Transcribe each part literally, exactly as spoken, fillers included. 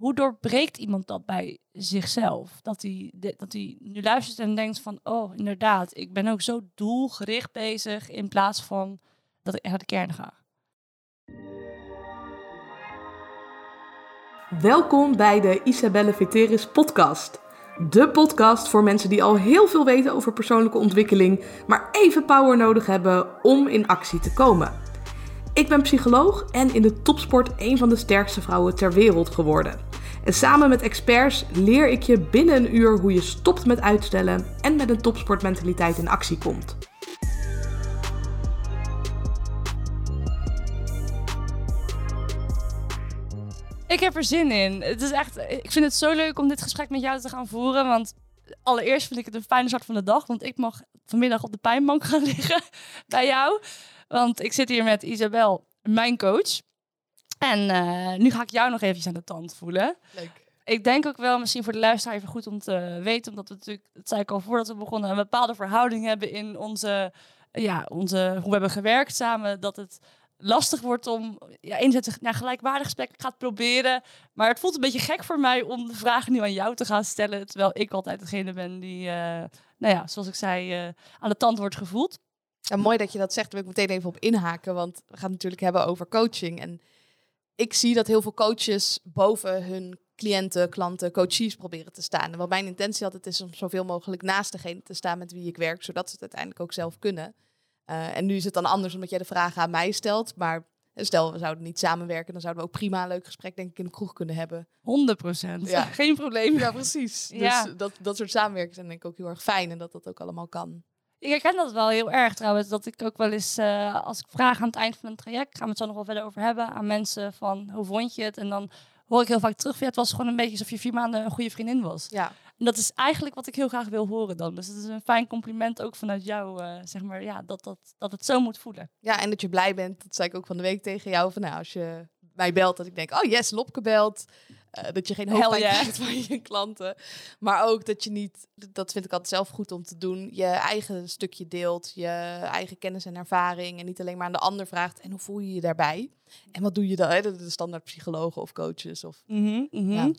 hoe doorbreekt iemand dat bij zichzelf? Dat hij, dat hij nu luistert en denkt van, oh, inderdaad, ik ben ook zo doelgericht bezig in plaats van dat ik echt naar de kern ga. Welkom bij de Isabelle Veteris podcast. De podcast voor mensen die al heel veel weten over persoonlijke ontwikkeling, maar even power nodig hebben om in actie te komen. Ik ben psycholoog en in de topsport een van de sterkste vrouwen ter wereld geworden. En samen met experts leer ik je binnen een uur hoe je stopt met uitstellen en met een topsportmentaliteit in actie komt. Ik heb er zin in. Het is echt, ik vind het zo leuk om dit gesprek met jou te gaan voeren. Want allereerst vind ik het een fijne start van de dag. Want ik mag vanmiddag op de pijnbank gaan liggen bij jou. Want ik zit hier met Isabel, mijn coach. En uh, nu ga ik jou nog eventjes aan de tand voelen. Leuk. Ik denk ook wel misschien voor de luisteraar even goed om te weten. Omdat we natuurlijk, dat zei ik al voordat we begonnen, een bepaalde verhouding hebben in onze, ja, onze, hoe we hebben gewerkt samen. Dat het lastig wordt om ja, inzetten naar gelijkwaardig gesprek gaat proberen. Maar het voelt een beetje gek voor mij om de vragen nu aan jou te gaan stellen. Terwijl ik altijd degene ben die, uh, nou ja, zoals ik zei, uh, aan de tand wordt gevoeld. Ja, mooi dat je dat zegt. Daar wil ik meteen even op inhaken. Want we gaan het natuurlijk hebben over coaching. En ik zie dat heel veel coaches boven hun cliënten, klanten, coaches proberen te staan. En wat mijn intentie altijd is om zoveel mogelijk naast degene te staan met wie ik werk. Zodat ze het uiteindelijk ook zelf kunnen. Uh, en nu is het dan anders omdat jij de vragen aan mij stelt. Maar stel, we zouden niet samenwerken, dan zouden we ook prima een leuk gesprek denk ik in de kroeg kunnen hebben. honderd procent. Ja. Geen probleem. Ja, precies. Ja. Dus dat, dat soort samenwerken zijn denk ik ook heel erg fijn en dat dat ook allemaal kan. Ik herken dat wel heel erg trouwens. Dat ik ook wel eens, uh, als ik vraag aan het eind van een traject, gaan we het zo nog wel verder over hebben, aan mensen van, hoe vond je het? En dan hoor ik heel vaak terug, ja, het was gewoon een beetje alsof je vier maanden een goede vriendin was. Ja. En dat is eigenlijk wat ik heel graag wil horen dan. Dus het is een fijn compliment ook vanuit jou, uh, zeg maar, ja, dat, dat, dat het zo moet voelen. Ja, en dat je blij bent, dat zei ik ook van de week tegen jou, van nou, als je mij belt, dat ik denk, oh yes, Lopke belt. Uh, dat je geen hoofdpijn yeah. krijgt van je klanten. Maar ook dat je niet, dat vind ik altijd zelf goed om te doen, je eigen stukje deelt, je eigen kennis en ervaring en niet alleen maar aan de ander vraagt, en hoe voel je je daarbij? En wat doe je dan? Hè? De standaard psychologen of coaches. Of, mm-hmm, mm-hmm.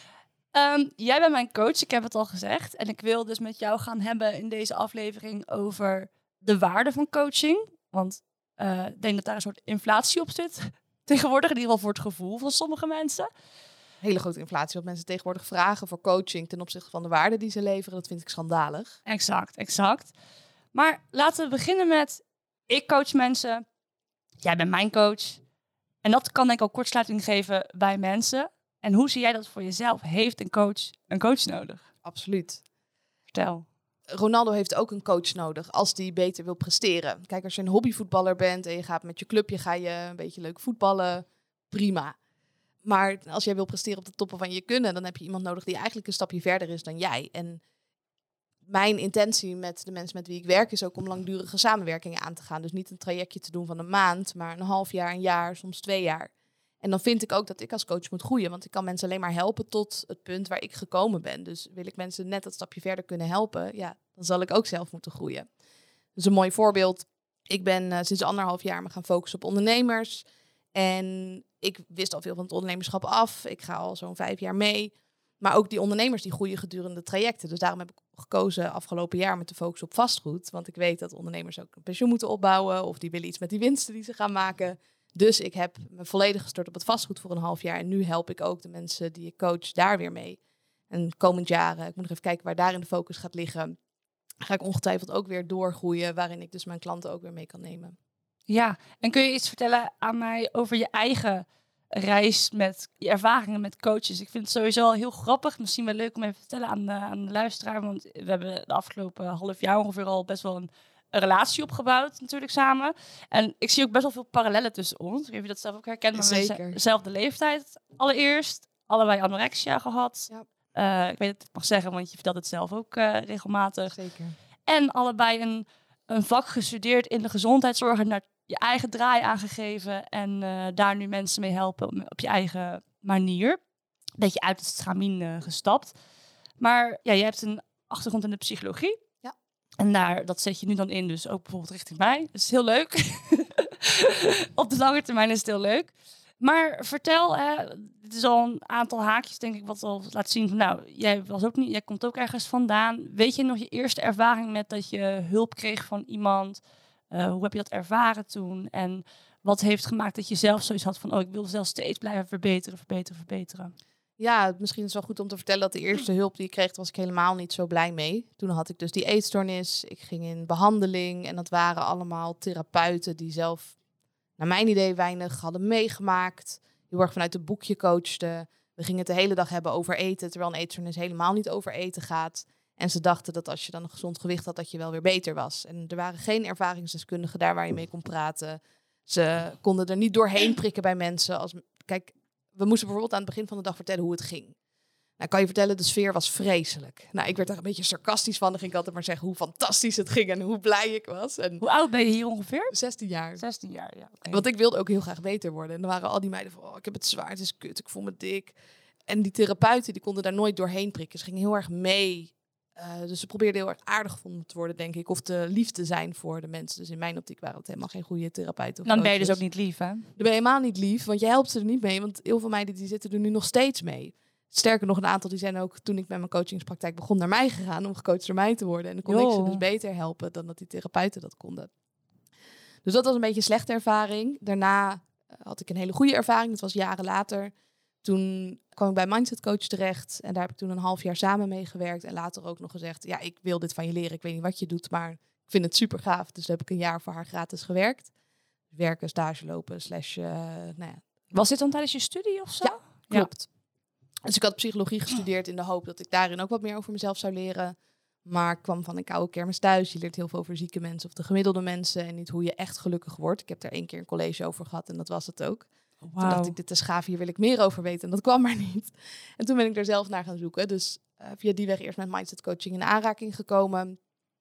Ja. Um, jij bent mijn coach, ik heb het al gezegd. En ik wil dus met jou gaan hebben in deze aflevering over de waarde van coaching. Want uh, ik denk dat daar een soort inflatie op zit tegenwoordig. In ieder geval voor het gevoel van sommige mensen. Hele grote inflatie. Wat mensen tegenwoordig vragen voor coaching ten opzichte van de waarde die ze leveren. Dat vind ik schandalig. Exact, exact. Maar laten we beginnen met, ik coach mensen. Jij bent mijn coach. En dat kan denk ik ook kortsluiting geven bij mensen. En hoe zie jij dat voor jezelf? Heeft een coach een coach nodig? Absoluut. Vertel. Ronaldo heeft ook een coach nodig als die beter wil presteren. Kijk, als je een hobbyvoetballer bent en je gaat met je clubje, ga je een beetje leuk voetballen, prima. Maar als jij wil presteren op de toppen van je kunnen, dan heb je iemand nodig die eigenlijk een stapje verder is dan jij. En mijn intentie met de mensen met wie ik werk is ook om langdurige samenwerkingen aan te gaan. Dus niet een trajectje te doen van een maand, maar een half jaar, een jaar, soms twee jaar. En dan vind ik ook dat ik als coach moet groeien. Want ik kan mensen alleen maar helpen tot het punt waar ik gekomen ben. Dus wil ik mensen net dat stapje verder kunnen helpen, ja, dan zal ik ook zelf moeten groeien. Dus een mooi voorbeeld. Ik ben uh, sinds anderhalf jaar me gaan focussen op ondernemers. En ik wist al veel van het ondernemerschap af. Ik ga al zo'n vijf jaar mee. Maar ook die ondernemers die groeien gedurende trajecten. Dus daarom heb ik gekozen afgelopen jaar met de focus op vastgoed. Want ik weet dat ondernemers ook een pensioen moeten opbouwen. Of die willen iets met die winsten die ze gaan maken. Dus ik heb me volledig gestort op het vastgoed voor een half jaar. En nu help ik ook de mensen die ik coach daar weer mee. En komend jaar, ik moet nog even kijken waar daarin de focus gaat liggen. Ga ik ongetwijfeld ook weer doorgroeien. Waarin ik dus mijn klanten ook weer mee kan nemen. Ja, en kun je iets vertellen aan mij over je eigen reis met je ervaringen met coaches? Ik vind het sowieso al heel grappig. Misschien wel leuk om even te vertellen aan de, aan de luisteraar. Want we hebben de afgelopen half jaar ongeveer al best wel een, een relatie opgebouwd natuurlijk samen. En ik zie ook best wel veel parallellen tussen ons. Ik weet niet of je dat zelf ook herkent. Maar we hebben dezelfde leeftijd allereerst. Allebei anorexia gehad. Ja. Uh, ik weet dat ik het mag zeggen, want je vertelt het zelf ook uh, regelmatig. Zeker. En allebei een, een vak gestudeerd in de gezondheidszorg en daar je eigen draai aangegeven en uh, daar nu mensen mee helpen op je eigen manier. Een beetje uit het stramien uh, gestapt. Maar ja, je hebt een achtergrond in de psychologie. Ja. En daar, dat zet je nu dan in, dus ook bijvoorbeeld richting mij. Dat is heel leuk. Op de lange termijn is het heel leuk. Maar vertel, hè, het is al een aantal haakjes denk ik wat al laat zien van nou, jij was ook niet, jij komt ook ergens vandaan. Weet je nog je eerste ervaring met dat je hulp kreeg van iemand? Uh, hoe heb je dat ervaren toen? En wat heeft gemaakt dat je zelf zoiets had van oh, ik wil zelf steeds blijven verbeteren, verbeteren, verbeteren? Ja, misschien is het wel goed om te vertellen dat de eerste hulp die ik kreeg, was ik helemaal niet zo blij mee. Toen had ik dus die eetstoornis, ik ging in behandeling en dat waren allemaal therapeuten die zelf, naar mijn idee, weinig hadden meegemaakt. Heel erg vanuit een boekje coachten. We gingen het de hele dag hebben over eten, terwijl een eetstoornis helemaal niet over eten gaat. En ze dachten dat als je dan een gezond gewicht had, dat je wel weer beter was. En er waren geen ervaringsdeskundigen daar waar je mee kon praten. Ze konden er niet doorheen prikken bij mensen. Als, kijk, we moesten bijvoorbeeld aan het begin van de dag vertellen hoe het ging. Nou, kan je vertellen, de sfeer was vreselijk. Nou, ik werd daar een beetje sarcastisch van. Dan ging ik altijd maar zeggen hoe fantastisch het ging en hoe blij ik was. En hoe oud ben je hier ongeveer? zestien jaar. zestien jaar, ja. Okay. Want ik wilde ook heel graag beter worden. En dan waren al die meiden van, oh, ik heb het zwaar, het is kut, ik voel me dik. En die therapeuten, die konden daar nooit doorheen prikken. Ze gingen heel erg mee. Uh, dus ze probeerden heel erg aardig gevonden te worden, denk ik. Of te lief te zijn voor de mensen. Dus in mijn optiek waren het helemaal geen goede therapeuten. Dan ben je dus ook niet lief, hè? Dan ben je helemaal niet lief, want je helpt ze er niet mee. Want heel veel meiden die zitten er nu nog steeds mee. Sterker nog, een aantal die zijn ook, toen ik met mijn coachingspraktijk begon, naar mij gegaan om gecoacht door mij te worden. En dan kon Yo. ik ze dus beter helpen dan dat die therapeuten dat konden. Dus dat was een beetje een slechte ervaring. Daarna uh, had ik een hele goede ervaring. Dat was jaren later. Toen kwam ik bij Mindset Coach terecht. En daar heb ik toen een half jaar samen mee gewerkt. En later ook nog gezegd, ja, ik wil dit van je leren. Ik weet niet wat je doet, maar ik vind het super gaaf. Dus daar heb ik een jaar voor haar gratis gewerkt. Werken, stage lopen, slash, uh, nou ja. Was dit dan tijdens je studie of zo? Ja, klopt. Ja. Dus ik had psychologie gestudeerd in de hoop dat ik daarin ook wat meer over mezelf zou leren. Maar ik kwam van een koude kermis thuis. Je leert heel veel over zieke mensen of de gemiddelde mensen. En niet hoe je echt gelukkig wordt. Ik heb er één keer een college over gehad en dat was het ook. Wow. Toen dacht ik, dit is gaaf, hier wil ik meer over weten. En dat kwam maar niet. En toen ben ik er zelf naar gaan zoeken. Dus uh, via die weg eerst met mindset coaching in aanraking gekomen.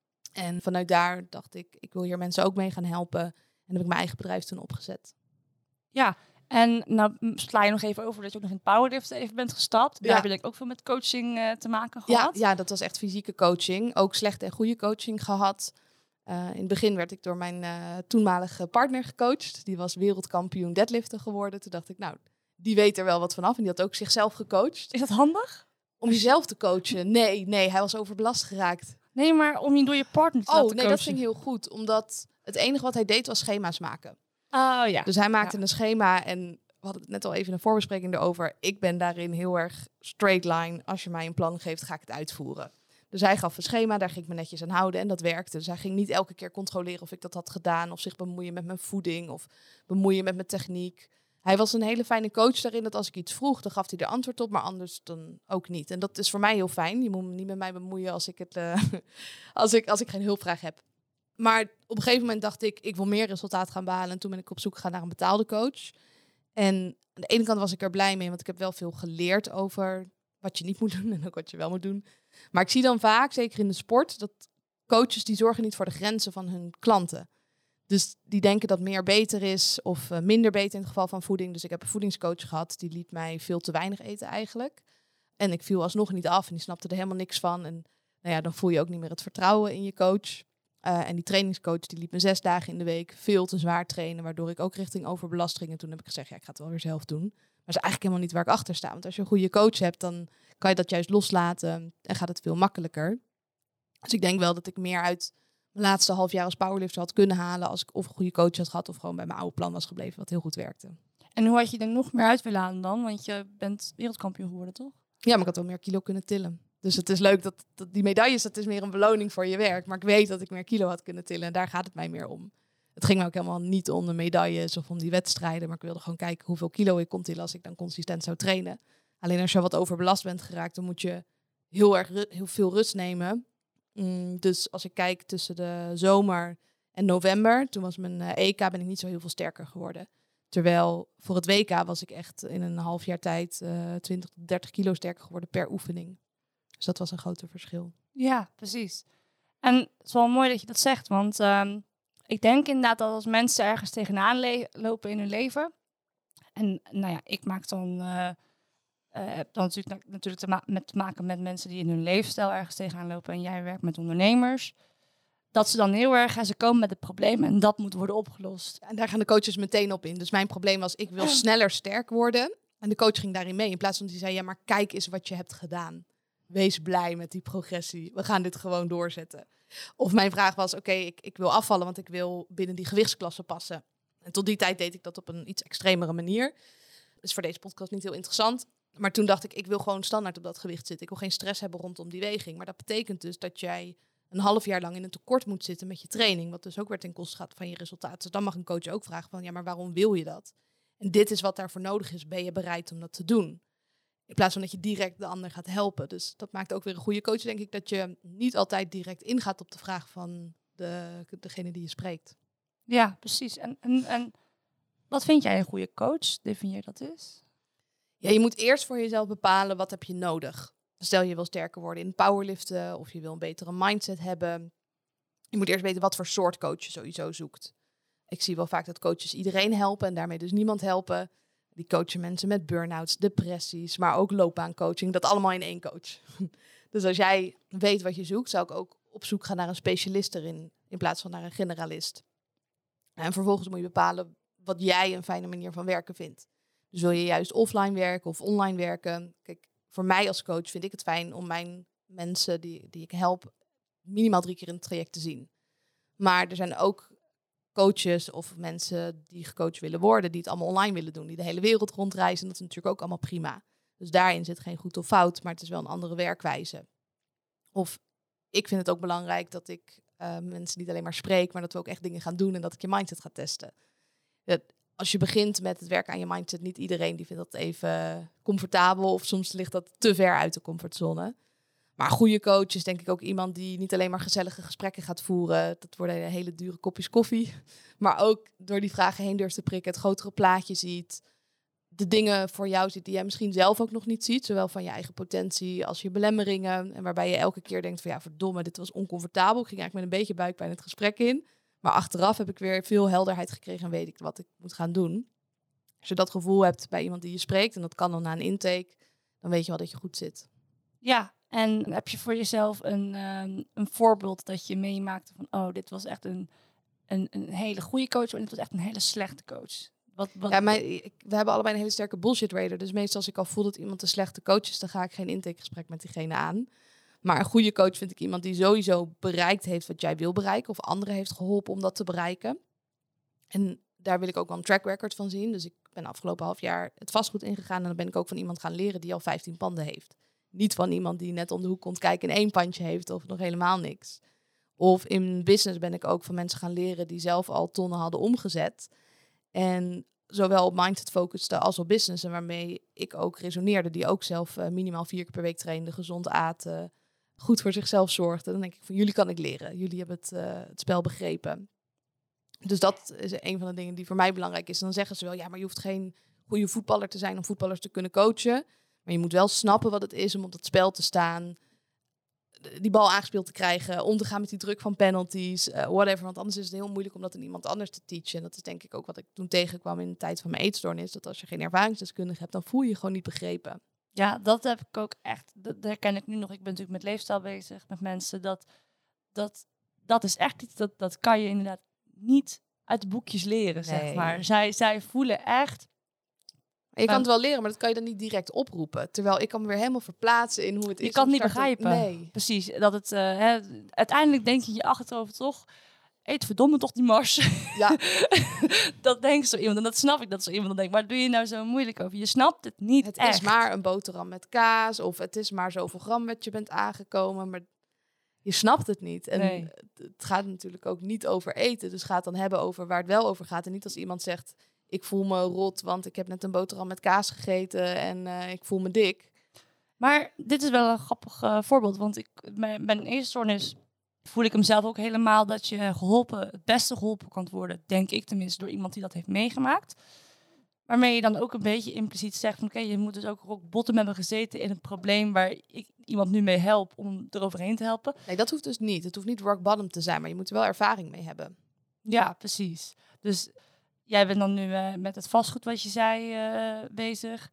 En vanuit daar dacht ik, ik wil hier mensen ook mee gaan helpen. En heb ik mijn eigen bedrijf toen opgezet. Ja, en nou sla je nog even over dat je ook nog in het powerlift even bent gestapt. Daar ja. heb je denk ik ook veel met coaching uh, te maken gehad. Ja, ja, dat was echt fysieke coaching. Ook slechte en goede coaching gehad. Uh, in het begin werd ik door mijn uh, toenmalige partner gecoacht. Die was wereldkampioen deadliften geworden. Toen dacht ik, nou, die weet er wel wat vanaf. En die had ook zichzelf gecoacht. Is dat handig? Om jezelf te coachen? Nee, nee, hij was overbelast geraakt. Nee, maar om je door je partner te oh, laten nee, coachen. Dat ging heel goed. Omdat het enige wat hij deed was schema's maken. Oh ja. Dus hij maakte ja. een schema en we hadden het net al even in een voorbespreking erover. Ik ben daarin heel erg straight line. Als je mij een plan geeft, ga ik het uitvoeren. Dus hij gaf een schema, daar ging ik me netjes aan houden en dat werkte. Dus hij ging niet elke keer controleren of ik dat had gedaan of zich bemoeien met mijn voeding of bemoeien met mijn techniek. Hij was een hele fijne coach daarin dat als ik iets vroeg, dan gaf hij er antwoord op, maar anders dan ook niet. En dat is voor mij heel fijn. Je moet me niet met mij bemoeien als ik, het, uh, als ik, als ik geen hulpvraag heb. Maar op een gegeven moment dacht ik, ik wil meer resultaat gaan behalen. En toen ben ik op zoek gegaan naar een betaalde coach. En aan de ene kant was ik er blij mee, want ik heb wel veel geleerd over wat je niet moet doen en ook wat je wel moet doen. Maar ik zie dan vaak, zeker in de sport, dat coaches die zorgen niet voor de grenzen van hun klanten. Dus die denken dat meer beter is of uh, minder beter in het geval van voeding. Dus ik heb een voedingscoach gehad, die liet mij veel te weinig eten eigenlijk. En ik viel alsnog niet af en die snapte er helemaal niks van. En nou ja, dan voel je ook niet meer het vertrouwen in je coach. Uh, en die trainingscoach die liet me zes dagen in de week veel te zwaar trainen, waardoor ik ook richting overbelasting. En toen heb ik gezegd, ja, ik ga het wel weer zelf doen. Maar dat is eigenlijk helemaal niet waar ik achter sta. Want als je een goede coach hebt, dan kan je dat juist loslaten en gaat het veel makkelijker. Dus ik denk wel dat ik meer uit mijn laatste half jaar als powerlifter had kunnen halen als ik of een goede coach had gehad of gewoon bij mijn oude plan was gebleven, wat heel goed werkte. En hoe had je er nog meer uit willen halen dan? Want je bent wereldkampioen geworden, toch? Ja, maar ik had wel meer kilo kunnen tillen. Dus het is leuk dat, dat die medailles, dat is meer een beloning voor je werk. Maar ik weet dat ik meer kilo had kunnen tillen en daar gaat het mij meer om. Het ging me ook helemaal niet om de medailles of om die wedstrijden. Maar ik wilde gewoon kijken hoeveel kilo ik kon tillen als ik dan consistent zou trainen. Alleen als je wat overbelast bent geraakt, dan moet je heel erg heel veel rust nemen. Mm, dus als ik kijk tussen de zomer en november, toen was mijn uh, E K, ben ik niet zo heel veel sterker geworden. Terwijl voor het W K was ik echt in een half jaar tijd uh, twintig tot dertig kilo sterker geworden per oefening. Dus dat was een groot verschil. Ja, precies. En het is wel mooi dat je dat zegt, want um, ik denk inderdaad dat als mensen ergens tegenaan le- lopen in hun leven, en nou ja, ik maak dan, uh, uh, heb dan natuurlijk, natuurlijk te, ma- met te maken met mensen die in hun levensstijl ergens tegenaan lopen en jij werkt met ondernemers. dat ze dan heel erg, ze komen met het probleem en dat moet worden opgelost. En daar gaan de coaches meteen op in. Dus mijn probleem was, ik wil sneller sterk worden. En de coach ging daarin mee. In plaats van die zei, ja, maar kijk eens wat je hebt gedaan. Wees blij met die progressie. We gaan dit gewoon doorzetten. Of mijn vraag was, oké, okay, ik, ik wil afvallen, want ik wil binnen die gewichtsklasse passen. En tot die tijd deed ik dat op een iets extremere manier. Dus voor deze podcast niet heel interessant. Maar toen dacht ik, ik wil gewoon standaard op dat gewicht zitten. Ik wil geen stress hebben rondom die weging. Maar dat betekent dus dat jij een half jaar lang in een tekort moet zitten met je training. Wat dus ook weer ten koste gaat van je resultaat. Dus dan mag een coach ook vragen van, ja, maar waarom wil je dat? En dit is wat daarvoor nodig is. Ben je bereid om dat te doen? In plaats van dat je direct de ander gaat helpen. Dus dat maakt ook weer een goede coach, denk ik. Dat je niet altijd direct ingaat op de vraag van de, degene die je spreekt. Ja, precies. En, en, en wat vind jij een goede coach? Definieer dat eens. Ja, je moet eerst voor jezelf bepalen, wat heb je nodig? Stel je wil sterker worden in powerliften of je wil een betere mindset hebben. Je moet eerst weten wat voor soort coach je sowieso zoekt. Ik zie wel vaak dat coaches iedereen helpen en daarmee dus niemand helpen. Die coachen mensen met burn-outs, depressies, maar ook loopbaancoaching. Dat allemaal in één coach. Dus als jij weet wat je zoekt, zou ik ook op zoek gaan naar een specialist erin, in plaats van naar een generalist. En vervolgens moet je bepalen wat jij een fijne manier van werken vindt. Dus wil je juist offline werken of online werken? Kijk, voor mij als coach vind ik het fijn om mijn mensen die, die ik help minimaal drie keer in het traject te zien. Maar er zijn ook coaches of mensen die gecoacht willen worden, die het allemaal online willen doen, die de hele wereld rondreizen. En dat is natuurlijk ook allemaal prima. Dus daarin zit geen goed of fout, maar het is wel een andere werkwijze. Of ik vind het ook belangrijk dat ik uh, mensen niet alleen maar spreek, maar dat we ook echt dingen gaan doen en dat ik je mindset ga testen. Dat, als je begint met het werken aan je mindset, niet iedereen die vindt dat even comfortabel of soms ligt dat te ver uit de comfortzone. Maar een goede coach is denk ik ook iemand die niet alleen maar gezellige gesprekken gaat voeren. Dat worden hele dure kopjes koffie. Maar ook door die vragen heen durft te prikken, het grotere plaatje ziet. De dingen voor jou ziet die jij misschien zelf ook nog niet ziet. Zowel van je eigen potentie als je belemmeringen. En waarbij je elke keer denkt van ja, verdomme, dit was oncomfortabel. Ik ging eigenlijk met een beetje buikpijn het gesprek in. Maar achteraf heb ik weer veel helderheid gekregen en weet ik wat ik moet gaan doen. Als je dat gevoel hebt bij iemand die je spreekt, en dat kan dan na een intake, dan weet je wel dat je goed zit. Ja, en heb je voor jezelf een, um, een voorbeeld dat je meemaakte van, oh, dit was echt een, een, een hele goede coach, maar dit was echt een hele slechte coach. Wat, wat... Ja, maar ik, we hebben allebei een hele sterke bullshit radar. Dus meestal als ik al voel dat iemand een slechte coach is, dan ga ik geen intakegesprek met diegene aan. Maar een goede coach vind ik iemand die sowieso bereikt heeft wat jij wil bereiken, of anderen heeft geholpen om dat te bereiken. En daar wil ik ook wel een track record van zien. Dus ik ben afgelopen half jaar het vastgoed ingegaan en dan ben ik ook van iemand gaan leren die al vijftien panden heeft. Niet van iemand die net om de hoek komt kijken en één pandje heeft of nog helemaal niks. Of in business ben ik ook van mensen gaan leren die zelf al tonnen hadden omgezet. En zowel op mindset focuste als op business. En waarmee ik ook resoneerde. Die ook zelf uh, minimaal vier keer per week trainde, gezond aten, goed voor zichzelf zorgden. Dan denk ik van jullie kan ik leren. Jullie hebben het, uh, het spel begrepen. Dus dat is een van de dingen die voor mij belangrijk is. En dan zeggen ze wel, ja, maar je hoeft geen goede voetballer te zijn om voetballers te kunnen coachen. Maar je moet wel snappen wat het is om op dat spel te staan. Die bal aangespeeld te krijgen. Om te gaan met die druk van penalties. Uh, whatever. Want anders is het heel moeilijk om dat aan iemand anders te teachen. En dat is denk ik ook wat ik toen tegenkwam in de tijd van mijn eetstoornis. Dat als je geen ervaringsdeskundige hebt, dan voel je je gewoon niet begrepen. Ja, dat heb ik ook echt. Dat herken ik nu nog. Ik ben natuurlijk met leefstijl bezig. Met mensen. Dat, dat, dat is echt iets. Dat, dat kan je inderdaad niet uit de boekjes leren, zeg Nee. maar. Zij, zij voelen echt. Je kan het wel leren, maar dat kan je dan niet direct oproepen. Terwijl ik kan me weer helemaal verplaatsen in hoe het is. Je kan het niet starten. begrijpen. Nee. Precies. Dat het, uh, hè, uiteindelijk denk je in je achterhoofd toch, eet verdomme toch die mars. Ja. Dat denkt zo iemand. En dat snap ik dat zo iemand dan denkt. Maar doe je nou zo moeilijk over? Je snapt het niet Het echt. is maar een boterham met kaas. Of het is maar zoveel gram wat je bent aangekomen. Maar je snapt het niet. En Nee. het gaat natuurlijk ook niet over eten. Dus ga het dan hebben over waar het wel over gaat. En niet als iemand zegt, ik voel me rot, want ik heb net een boterham met kaas gegeten en uh, ik voel me dik. Maar dit is wel een grappig uh, voorbeeld. Want ik, mijn, mijn eetstoornis voel ik hem zelf ook helemaal dat je geholpen, het beste geholpen kan worden. Denk ik tenminste, door iemand die dat heeft meegemaakt. Waarmee je dan ook een beetje impliciet zegt, oké, okay, je moet dus ook rock bottom hebben gezeten in een probleem waar ik iemand nu mee help om eroverheen te helpen. Nee, dat hoeft dus niet. Het hoeft niet rock bottom te zijn, maar je moet er wel ervaring mee hebben. Ja, precies. Dus jij bent dan nu uh, met het vastgoed wat je zei uh, bezig.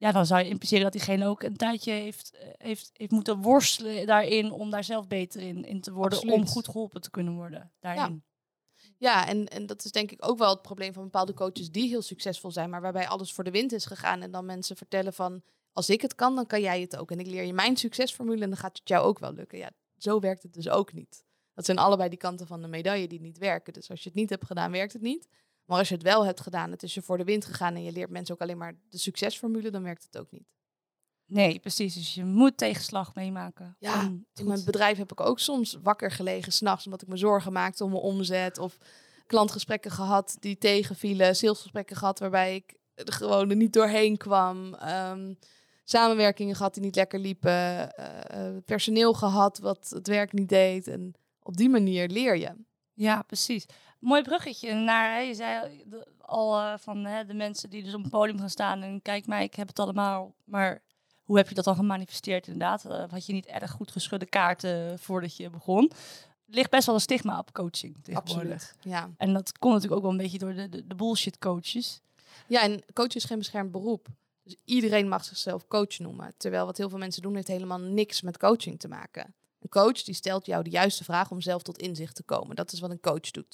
ja, dan zou je impliceren dat diegene ook een tijdje heeft, heeft, heeft moeten worstelen daarin om daar zelf beter in, in te worden. Absoluut. Om goed geholpen te kunnen worden daarin. Ja, ja en, en dat is denk ik ook wel het probleem van bepaalde coaches die heel succesvol zijn, maar waarbij alles voor de wind is gegaan. En dan mensen vertellen van, als ik het kan, dan kan jij het ook. En ik leer je mijn succesformule en dan gaat het jou ook wel lukken. Ja, zo werkt het dus ook niet. Dat zijn allebei die kanten van de medaille die niet werken. Dus als je het niet hebt gedaan, werkt het niet. Maar als je het wel hebt gedaan, het is je voor de wind gegaan en je leert mensen ook alleen maar de succesformule, dan werkt het ook niet. Nee, precies. Dus je moet tegenslag meemaken. Ja, om het in mijn goed- bedrijf heb ik ook soms wakker gelegen 's nachts omdat ik me zorgen maakte om mijn omzet. Of klantgesprekken gehad die tegenvielen. Salesgesprekken gehad waarbij ik er gewoon er niet doorheen kwam. Um, samenwerkingen gehad die niet lekker liepen. Uh, uh, personeel gehad wat het werk niet deed. En op die manier leer je. Ja, precies. Mooi bruggetje naar, hè, je zei de- al uh, van hè, de mensen die dus op een podium gaan staan en kijk mij, ik heb het allemaal, maar hoe heb je dat dan gemanifesteerd inderdaad? Uh, had je niet erg goed geschudde kaarten voordat je begon? Er ligt best wel een stigma op coaching tegenwoordig. Absoluut, ja. En dat komt natuurlijk ook wel een beetje door de, de, de bullshit coaches. Ja, en coach is geen beschermd beroep. Dus iedereen mag zichzelf coach noemen. Terwijl wat heel veel mensen doen, heeft helemaal niks met coaching te maken. Een coach die stelt jou de juiste vraag om zelf tot inzicht te komen. Dat is wat een coach doet.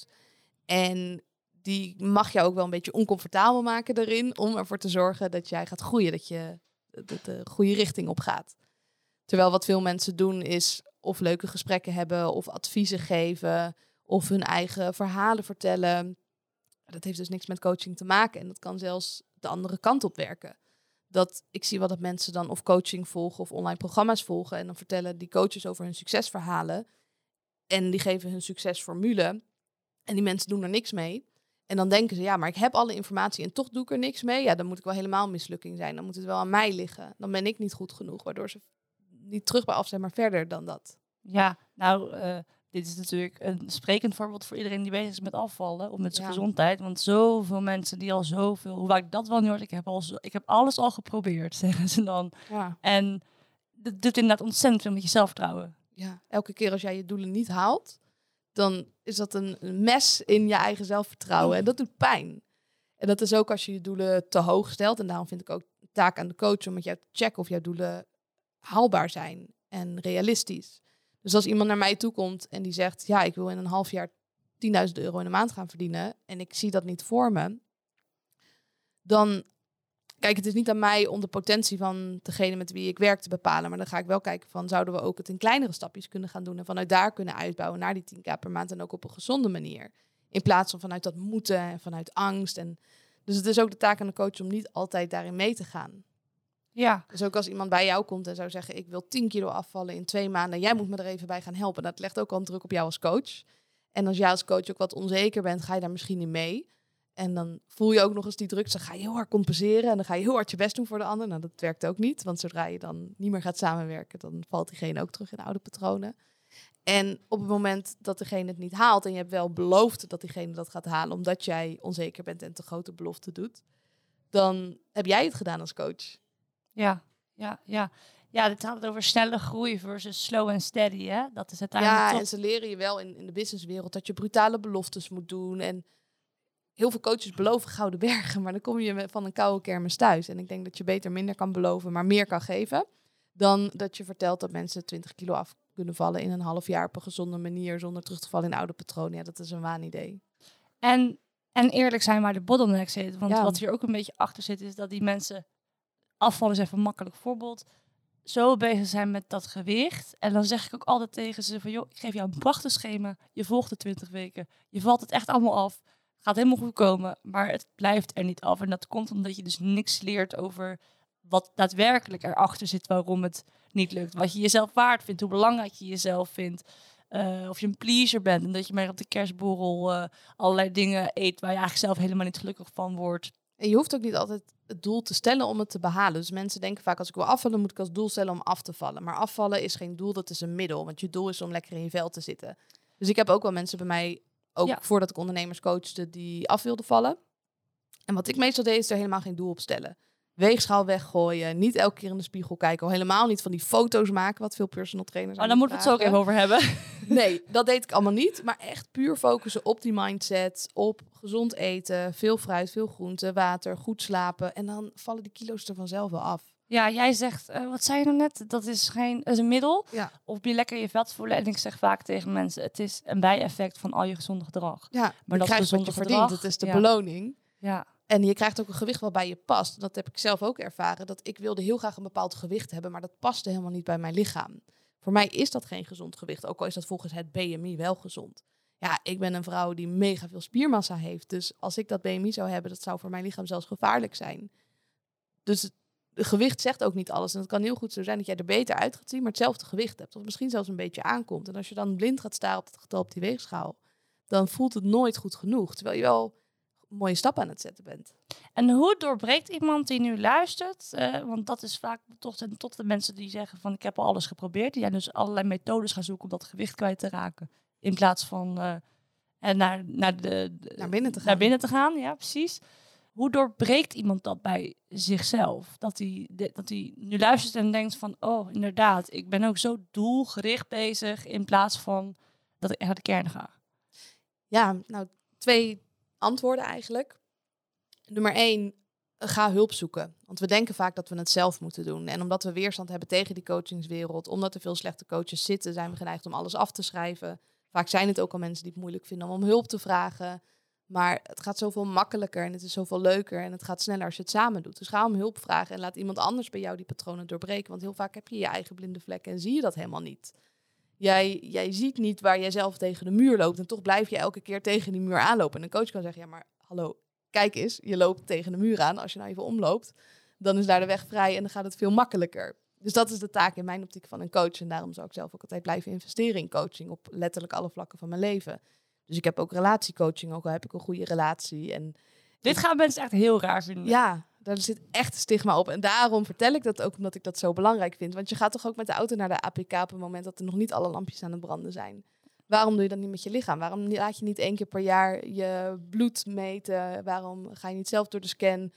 En die mag jou ook wel een beetje oncomfortabel maken daarin, om ervoor te zorgen dat jij gaat groeien, dat je de, de, de goede richting op gaat. Terwijl wat veel mensen doen is of leuke gesprekken hebben, of adviezen geven, of hun eigen verhalen vertellen. Dat heeft dus niks met coaching te maken en dat kan zelfs de andere kant op werken. Dat ik zie wel dat mensen dan of coaching volgen of online programma's volgen en dan vertellen die coaches over hun succesverhalen en die geven hun succesformule en die mensen doen er niks mee. En dan denken ze, ja, maar ik heb alle informatie en toch doe ik er niks mee. Ja, dan moet ik wel helemaal een mislukking zijn. Dan moet het wel aan mij liggen. Dan ben ik niet goed genoeg, waardoor ze niet terug bij af zijn, maar verder dan dat. Ja, nou, uh, dit is natuurlijk een sprekend voorbeeld voor iedereen die bezig is met afvallen of met zijn Ja. gezondheid. Want zoveel mensen die al zoveel, hoe vaak ik dat wel niet hoor, ik heb, al zo, ik heb alles al geprobeerd, zeggen ze dan. Ja. En dat doet inderdaad ontzettend veel met je zelfvertrouwen. Ja, elke keer als jij je doelen niet haalt, dan is dat een, een mes in je eigen zelfvertrouwen. En dat doet pijn. En dat is ook als je je doelen te hoog stelt. En daarom vind ik ook de taak aan de coach om met jou te checken of jouw doelen haalbaar zijn en realistisch. Dus als iemand naar mij toe komt en die zegt, ja, ik wil in een half jaar tienduizend euro in de maand gaan verdienen en ik zie dat niet voor me, dan, kijk, het is niet aan mij om de potentie van degene met wie ik werk te bepalen, maar dan ga ik wel kijken van, zouden we ook het in kleinere stapjes kunnen gaan doen en vanuit daar kunnen uitbouwen naar die tien k per maand en ook op een gezonde manier. In plaats van vanuit dat moeten en vanuit angst. En dus het is ook de taak aan de coach om niet altijd daarin mee te gaan. Ja. Dus ook als iemand bij jou komt en zou zeggen, ik wil tien kilo afvallen in twee maanden. Jij moet me er even bij gaan helpen. Dat legt ook al een druk op jou als coach. En als jij als coach ook wat onzeker bent, ga je daar misschien in mee. En dan voel je ook nog eens die druk. Dan ga je heel hard compenseren en dan ga je heel hard je best doen voor de ander. Nou, dat werkt ook niet. Want zodra je dan niet meer gaat samenwerken, dan valt diegene ook terug in oude patronen. En op het moment dat degene het niet haalt en je hebt wel beloofd dat diegene dat gaat halen omdat jij onzeker bent en te grote belofte doet, dan heb jij het gedaan als coach. Ja, ja, ja. Ja, dit had het over snelle groei versus slow and steady, hè? Dat is uiteindelijk Ja, toch... en ze leren je wel in, in de businesswereld dat je brutale beloftes moet doen. En heel veel coaches beloven gouden bergen, maar dan kom je van een koude kermis thuis. En ik denk dat je beter minder kan beloven, maar meer kan geven, dan dat je vertelt dat mensen twintig kilo af kunnen vallen in een half jaar op een gezonde manier, zonder terug te vallen in oude patronen. Ja, dat is een waanidee. En, en eerlijk zijn waar de bottleneck zit. Want Ja. wat hier ook een beetje achter zit, is dat die mensen, afvallen is even een makkelijk voorbeeld, zo bezig zijn met dat gewicht. En dan zeg ik ook altijd tegen ze van, joh, ik geef jou een prachtig schema. Je volgt de twintig weken. Je valt het echt allemaal af. Het gaat helemaal goed komen, maar het blijft er niet af. En dat komt omdat je dus niks leert over wat daadwerkelijk erachter zit, waarom het niet lukt. Wat je jezelf waard vindt, hoe belangrijk je jezelf vindt. Uh, of je een pleaser bent en dat je maar op de kerstborrel uh, allerlei dingen eet waar je eigenlijk zelf helemaal niet gelukkig van wordt. En je hoeft ook niet altijd het doel te stellen om het te behalen. Dus mensen denken vaak, als ik wil afvallen, moet ik als doel stellen om af te vallen. Maar afvallen is geen doel, dat is een middel. Want je doel is om lekker in je vel te zitten. Dus ik heb ook wel mensen bij mij, ook Ja. voordat ik ondernemers coachte, die af wilden vallen. En wat ik meestal deed, is er helemaal geen doel op stellen. Weegschaal weggooien. Niet elke keer in de spiegel kijken. Al helemaal niet van die foto's maken. Wat veel personal trainers Oh, daar moeten we het zo ook even over hebben. Nee, dat deed ik allemaal niet. Maar echt puur focussen op die mindset. Op gezond eten. Veel fruit, veel groente, water. Goed slapen. En dan vallen die kilo's er vanzelf wel af. Ja, jij zegt, uh, wat zei je nou net? Dat is geen dat is een middel. Ja. Of je lekker je vet voelen. En ik zeg vaak tegen mensen, het is een bijeffect van al je gezonde gedrag. Ja, maar je dat krijgt gezonde wat je gedrag, verdient. Het is de ja. beloning. Ja. En je krijgt ook een gewicht wat bij je past. Dat heb ik zelf ook ervaren. Dat ik wilde heel graag een bepaald gewicht hebben, maar dat paste helemaal niet bij mijn lichaam. Voor mij is dat geen gezond gewicht. Ook al is dat volgens het B M I wel gezond. Ja, ik ben een vrouw die mega veel spiermassa heeft. Dus als ik dat B M I zou hebben, dat zou voor mijn lichaam zelfs gevaarlijk zijn. Dus het gewicht zegt ook niet alles. En het kan heel goed zo zijn dat jij er beter uit gaat zien, maar hetzelfde gewicht hebt. Of misschien zelfs een beetje aankomt. En als je dan blind gaat staren op het getal op die weegschaal, dan voelt het nooit goed genoeg. Terwijl je wel mooie stap aan het zetten bent. En hoe doorbreekt iemand die nu luistert? Uh, want dat is vaak toch zijn tot de mensen die zeggen van ik heb al alles geprobeerd. Die zijn dus allerlei methodes gaan zoeken om dat gewicht kwijt te raken. In plaats van uh, en naar, naar, de, de, naar, binnen te gaan. naar binnen te gaan. Ja, precies. Hoe doorbreekt iemand dat bij zichzelf? Dat hij, de, dat hij nu luistert en denkt van oh inderdaad, ik ben ook zo doelgericht bezig in plaats van dat ik naar de kern ga. Ja, nou twee antwoorden eigenlijk. Nummer één, ga hulp zoeken. Want we denken vaak dat we het zelf moeten doen. En omdat we weerstand hebben tegen die coachingswereld, omdat er veel slechte coaches zitten, zijn we geneigd om alles af te schrijven. Vaak zijn het ook al mensen die het moeilijk vinden om hulp te vragen. Maar het gaat zoveel makkelijker en het is zoveel leuker en het gaat sneller als je het samen doet. Dus ga om hulp vragen en laat iemand anders bij jou die patronen doorbreken. Want heel vaak heb je je eigen blinde vlekken en zie je dat helemaal niet. Jij, jij ziet niet waar jij zelf tegen de muur loopt en toch blijf je elke keer tegen die muur aanlopen. En een coach kan zeggen, ja maar hallo, kijk eens, je loopt tegen de muur aan. Als je nou even omloopt, dan is daar de weg vrij en dan gaat het veel makkelijker. Dus dat is de taak in mijn optiek van een coach. En daarom zou ik zelf ook altijd blijven investeren in coaching op letterlijk alle vlakken van mijn leven. Dus ik heb ook relatiecoaching, ook al heb ik een goede relatie. En dit gaan mensen echt heel raar vinden. Ja, daar zit echt een stigma op. En daarom vertel ik dat ook, omdat ik dat zo belangrijk vind. Want je gaat toch ook met de auto naar de A P K op het moment dat er nog niet alle lampjes aan het branden zijn. Waarom doe je dat niet met je lichaam? Waarom laat je niet één keer per jaar je bloed meten? Waarom ga je niet zelf door de scan?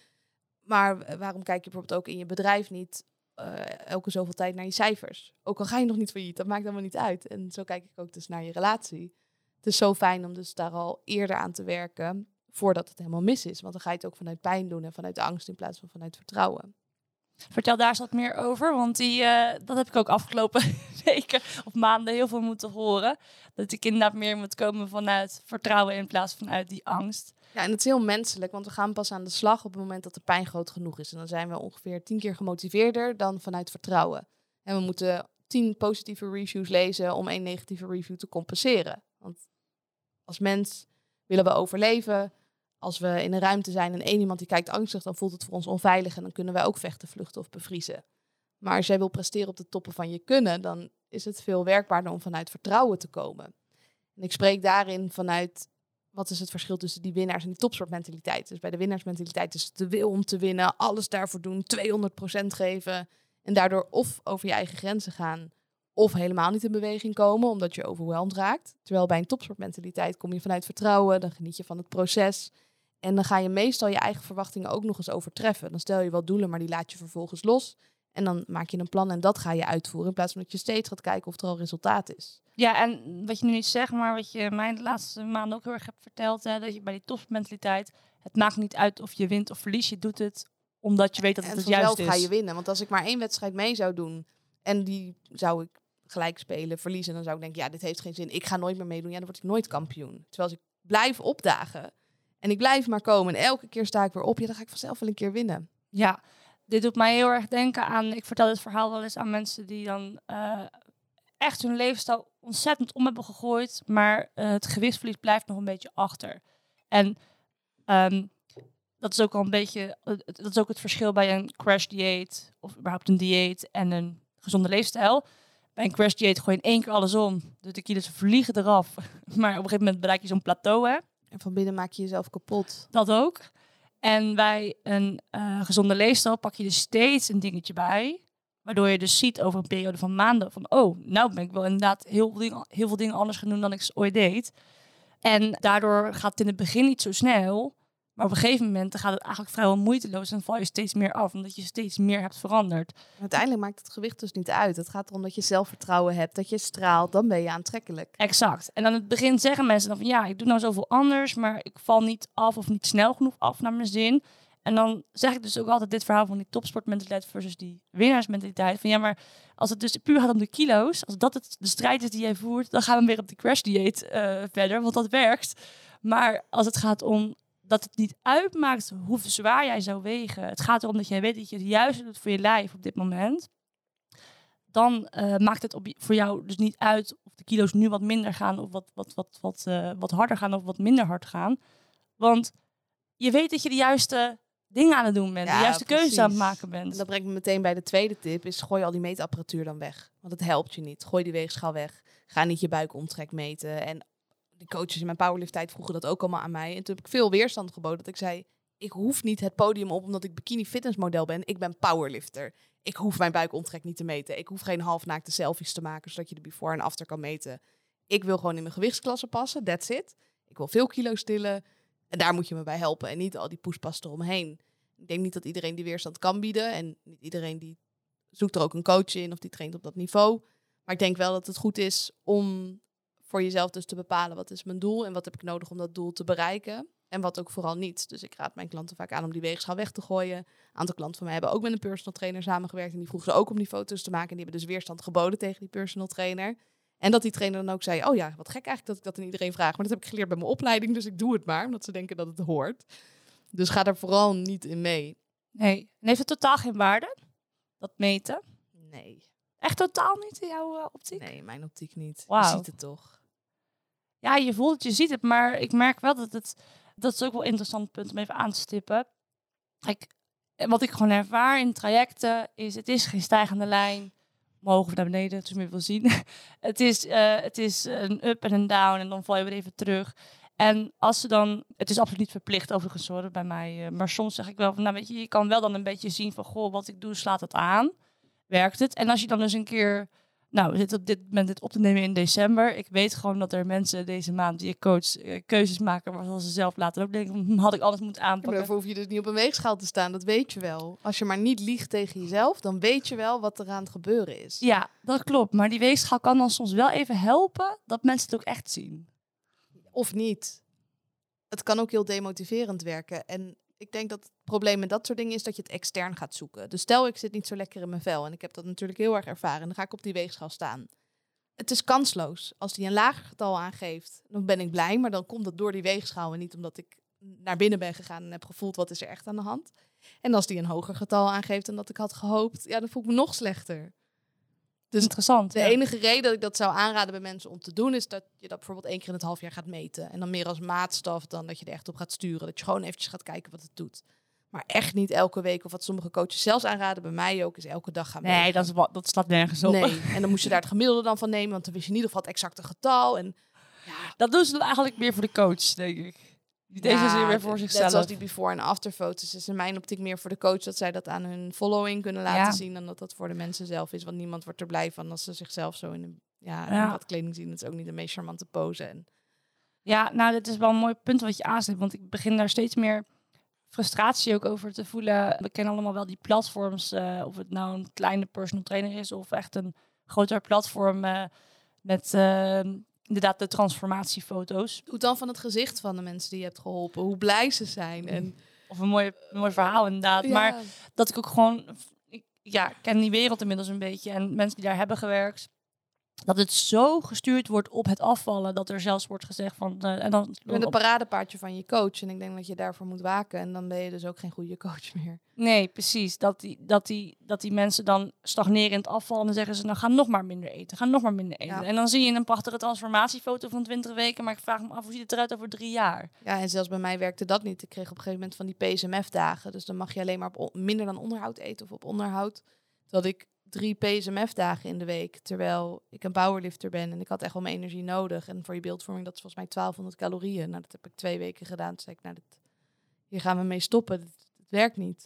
Maar waarom kijk je bijvoorbeeld ook in je bedrijf niet uh, elke zoveel tijd naar je cijfers? Ook al ga je nog niet failliet, dat maakt helemaal niet uit. En zo kijk ik ook dus naar je relatie. Het is zo fijn om dus daar al eerder aan te werken voordat het helemaal mis is. Want dan ga je het ook vanuit pijn doen en vanuit angst in plaats van vanuit vertrouwen. Vertel daar eens wat meer over, want die, uh, dat heb ik ook afgelopen weken of maanden heel veel moeten horen. Dat ik inderdaad meer moet komen vanuit vertrouwen in plaats van uit die angst. Ja, en het is heel menselijk, want we gaan pas aan de slag op het moment dat de pijn groot genoeg is. En dan zijn we ongeveer tien keer gemotiveerder dan vanuit vertrouwen. En we moeten tien positieve reviews lezen om één negatieve review te compenseren. Want als mens willen we overleven. Als we in een ruimte zijn en één iemand die kijkt angstig, dan voelt het voor ons onveilig en dan kunnen wij ook vechten, vluchten of bevriezen. Maar als jij wil presteren op de toppen van je kunnen, dan is het veel werkbaarder om vanuit vertrouwen te komen. En ik spreek daarin vanuit, wat is het verschil tussen die winnaars en die topsportmentaliteit? Dus bij de winnaarsmentaliteit is het de wil om te winnen, alles daarvoor doen, tweehonderd procent geven en daardoor of over je eigen grenzen gaan, of helemaal niet in beweging komen, omdat je overweldigd raakt. Terwijl bij een topsportmentaliteit kom je vanuit vertrouwen, dan geniet je van het proces. En dan ga je meestal je eigen verwachtingen ook nog eens overtreffen. Dan stel je wel doelen, maar die laat je vervolgens los. En dan maak je een plan en dat ga je uitvoeren. In plaats van dat je steeds gaat kijken of er al resultaat is. Ja, en wat je nu niet zegt, maar wat je mij de laatste maanden ook heel erg hebt verteld. Hè, dat je bij die topsportmentaliteit, het maakt niet uit of je wint of verliest. Je doet het omdat je weet dat het het juist is. En ga je winnen. Want als ik maar één wedstrijd mee zou doen en die zou ik gelijk spelen, verliezen, dan zou ik denken, ja, dit heeft geen zin. Ik ga nooit meer meedoen. Ja, dan word ik nooit kampioen. Terwijl als ik blijf opdagen en ik blijf maar komen en elke keer sta ik weer op, ja, dan ga ik vanzelf wel een keer winnen. Ja, dit doet mij heel erg denken aan, ik vertel dit verhaal wel eens aan mensen die dan uh, echt hun levensstijl ontzettend om hebben gegooid, maar uh, het gewichtsverlies blijft nog een beetje achter. En um, dat is ook al een beetje, uh, dat is ook het verschil bij een crash dieet of überhaupt een dieet en een gezonde leefstijl. Bij een crash dieet gooi je in één keer alles om. Dus de kilo's vliegen eraf. Maar op een gegeven moment bereik je zo'n plateau, hè. En van binnen maak je jezelf kapot. Dat ook. En bij een uh, gezonde leefstijl pak je er steeds een dingetje bij. Waardoor je dus ziet over een periode van maanden van, oh, nou ben ik wel inderdaad heel veel dingen, heel veel dingen anders gaan doen dan ik ooit deed. En daardoor gaat het in het begin niet zo snel. Maar op een gegeven moment dan gaat het eigenlijk vrijwel moeiteloos en val je steeds meer af, omdat je steeds meer hebt veranderd. Uiteindelijk maakt het gewicht dus niet uit. Het gaat erom dat je zelfvertrouwen hebt, dat je straalt, dan ben je aantrekkelijk. Exact. En aan het begin zeggen mensen dan van ja, ik doe nou zoveel anders, maar ik val niet af of niet snel genoeg af naar mijn zin. En dan zeg ik dus ook altijd dit verhaal van die topsportmentaliteit versus die winnaarsmentaliteit. Van ja, maar als het dus puur gaat om de kilo's, als dat het de strijd is die jij voert, dan gaan we weer op de crash dieet uh, verder, want dat werkt. Maar als het gaat om dat het niet uitmaakt hoe zwaar jij zou wegen, het gaat erom dat jij weet dat je het juiste doet voor je lijf op dit moment, dan uh, maakt het op, voor jou dus niet uit of de kilo's nu wat minder gaan of wat, wat, wat, wat, uh, wat harder gaan of wat minder hard gaan. Want je weet dat je de juiste dingen aan het doen bent, ja, de juiste precies. keuzes aan het maken bent. En dat brengt me meteen bij de tweede tip, is gooi al die meetapparatuur dan weg. Want het helpt je niet. Gooi die weegschaal weg. Ga niet je buikomtrek meten. En de coaches in mijn powerlift tijd vroegen dat ook allemaal aan mij. En toen heb ik veel weerstand geboden. Dat ik zei, ik hoef niet het podium op omdat ik bikini fitnessmodel ben. Ik ben powerlifter. Ik hoef mijn buikomtrek niet te meten. Ik hoef geen halfnaakte selfies te maken, zodat je de before en after kan meten. Ik wil gewoon in mijn gewichtsklasse passen. That's it. Ik wil veel kilo's tillen. En daar moet je me bij helpen. En niet al die poespas eromheen. Ik denk niet dat iedereen die weerstand kan bieden. En niet iedereen die zoekt er ook een coach in of die traint op dat niveau. Maar ik denk wel dat het goed is om voor jezelf dus te bepalen wat is mijn doel en wat heb ik nodig om dat doel te bereiken. En wat ook vooral niet. Dus ik raad mijn klanten vaak aan om die weegschaal weg te gooien. Een aantal klanten van mij hebben ook met een personal trainer samengewerkt. En die vroegen ze ook om die foto's te maken. En die hebben dus weerstand geboden tegen die personal trainer. En dat die trainer dan ook zei, oh ja, wat gek eigenlijk dat ik dat aan iedereen vraag. Maar dat heb ik geleerd bij mijn opleiding, dus ik doe het maar. Omdat ze denken dat het hoort. Dus ga er vooral niet in mee. Nee. En heeft het totaal geen waarde? Dat meten? Nee. Echt totaal niet in jouw uh, optiek? Nee, in mijn optiek niet. Wow. Je ziet het toch. Ja, je voelt het, je ziet het. Maar ik merk wel dat het... Dat is ook wel een interessant punt om even aan te stippen. Kijk, wat ik gewoon ervaar in trajecten is... Het is geen stijgende lijn. Omhoog of naar beneden, als je me wil zien. het, is, uh, het is een up en een down. En dan val je weer even terug. En als ze dan... Het is absoluut niet verplicht overigens hoor, bij mij. Uh, maar soms zeg ik wel van... Nou weet je, je kan wel dan een beetje zien van... Goh, wat ik doe, slaat het aan. Werkt het? En als je dan dus een keer... Nou, we zitten op dit moment dit op te nemen in december. Ik weet gewoon dat er mensen deze maand die ik coach uh, keuzes maken waarvan ze zelf later ook denken, hm, had ik alles moeten aanpakken. Maar daarvoor hoef je dus niet op een weegschaal te staan, dat weet je wel. Als je maar niet liegt tegen jezelf, dan weet je wel wat er aan het gebeuren is. Ja, dat klopt. Maar die weegschaal kan dan soms wel even helpen dat mensen het ook echt zien. Of niet. Het kan ook heel demotiverend werken. En ik denk dat het probleem met dat soort dingen is dat je het extern gaat zoeken. Dus stel, ik zit niet zo lekker in mijn vel. En ik heb dat natuurlijk heel erg ervaren. En dan ga ik op die weegschaal staan. Het is kansloos. Als die een lager getal aangeeft, dan ben ik blij. Maar dan komt dat door die weegschaal en niet omdat ik naar binnen ben gegaan en heb gevoeld wat is er echt aan de hand. En als die een hoger getal aangeeft dan dat ik had gehoopt, ja, dan voel ik me nog slechter. Dus interessant. De ja. enige reden dat ik dat zou aanraden bij mensen om te doen, is dat je dat bijvoorbeeld één keer in het half jaar gaat meten. En dan meer als maatstaf dan dat je er echt op gaat sturen. Dat je gewoon eventjes gaat kijken wat het doet. Maar echt niet elke week, of wat sommige coaches zelfs aanraden, bij mij ook, is elke dag gaan meten. Nee, dat, is wat, dat slaat nergens op. Nee, en dan moest je daar het gemiddelde dan van nemen, want dan wist je niet of het exacte getal. En ja, dat doen ze dan eigenlijk meer voor de coach, denk ik. Die deze ja, ze weer voor zichzelf. Net zoals die before- en afterfoto's is in mijn optiek meer voor de coach dat zij dat aan hun following kunnen laten ja. zien dan dat dat voor de mensen zelf is. Want niemand wordt er blij van als ze zichzelf zo in een ja, ja. in wat kleding zien. Dat is ook niet de meest charmante pose. En ja, nou, dit is wel een mooi punt wat je aanzet. Want ik begin daar steeds meer frustratie ook over te voelen. We kennen allemaal wel die platforms. Uh, of het nou een kleine personal trainer is of echt een groter platform uh, met... Uh, Inderdaad, de transformatiefoto's. Hoe dan van het gezicht van de mensen die je hebt geholpen? Hoe blij ze zijn? En of een mooi, een mooi verhaal inderdaad. Ja. Maar dat ik ook gewoon... Ik, ja, ik ken die wereld inmiddels een beetje. En mensen die daar hebben gewerkt. Dat het zo gestuurd wordt op het afvallen. Dat er zelfs wordt gezegd van... Uh, en dan, je bent het paradepaardje van je coach. En ik denk dat je daarvoor moet waken. En dan ben je dus ook geen goede coach meer. Nee, precies. Dat die, dat die, dat die mensen dan stagneren in het afvallen. En dan zeggen ze, nou ga nog maar minder eten. Ga nog maar minder eten. Ja. En dan zie je een prachtige transformatiefoto van twintig weken. Maar ik vraag me af, hoe ziet het eruit over drie jaar? Ja, en zelfs bij mij werkte dat niet. Ik kreeg op een gegeven moment van die P S M F-dagen. Dus dan mag je alleen maar op minder dan onderhoud eten of op onderhoud. Dat ik drie P S M F-dagen in de week, terwijl ik een powerlifter ben en ik had echt wel mijn energie nodig. En voor je beeldvorming, dat is volgens mij twaalfhonderd calorieën. Nou, dat heb ik twee weken gedaan. Toen zei ik, nou, dit, hier gaan we mee stoppen. Het werkt niet.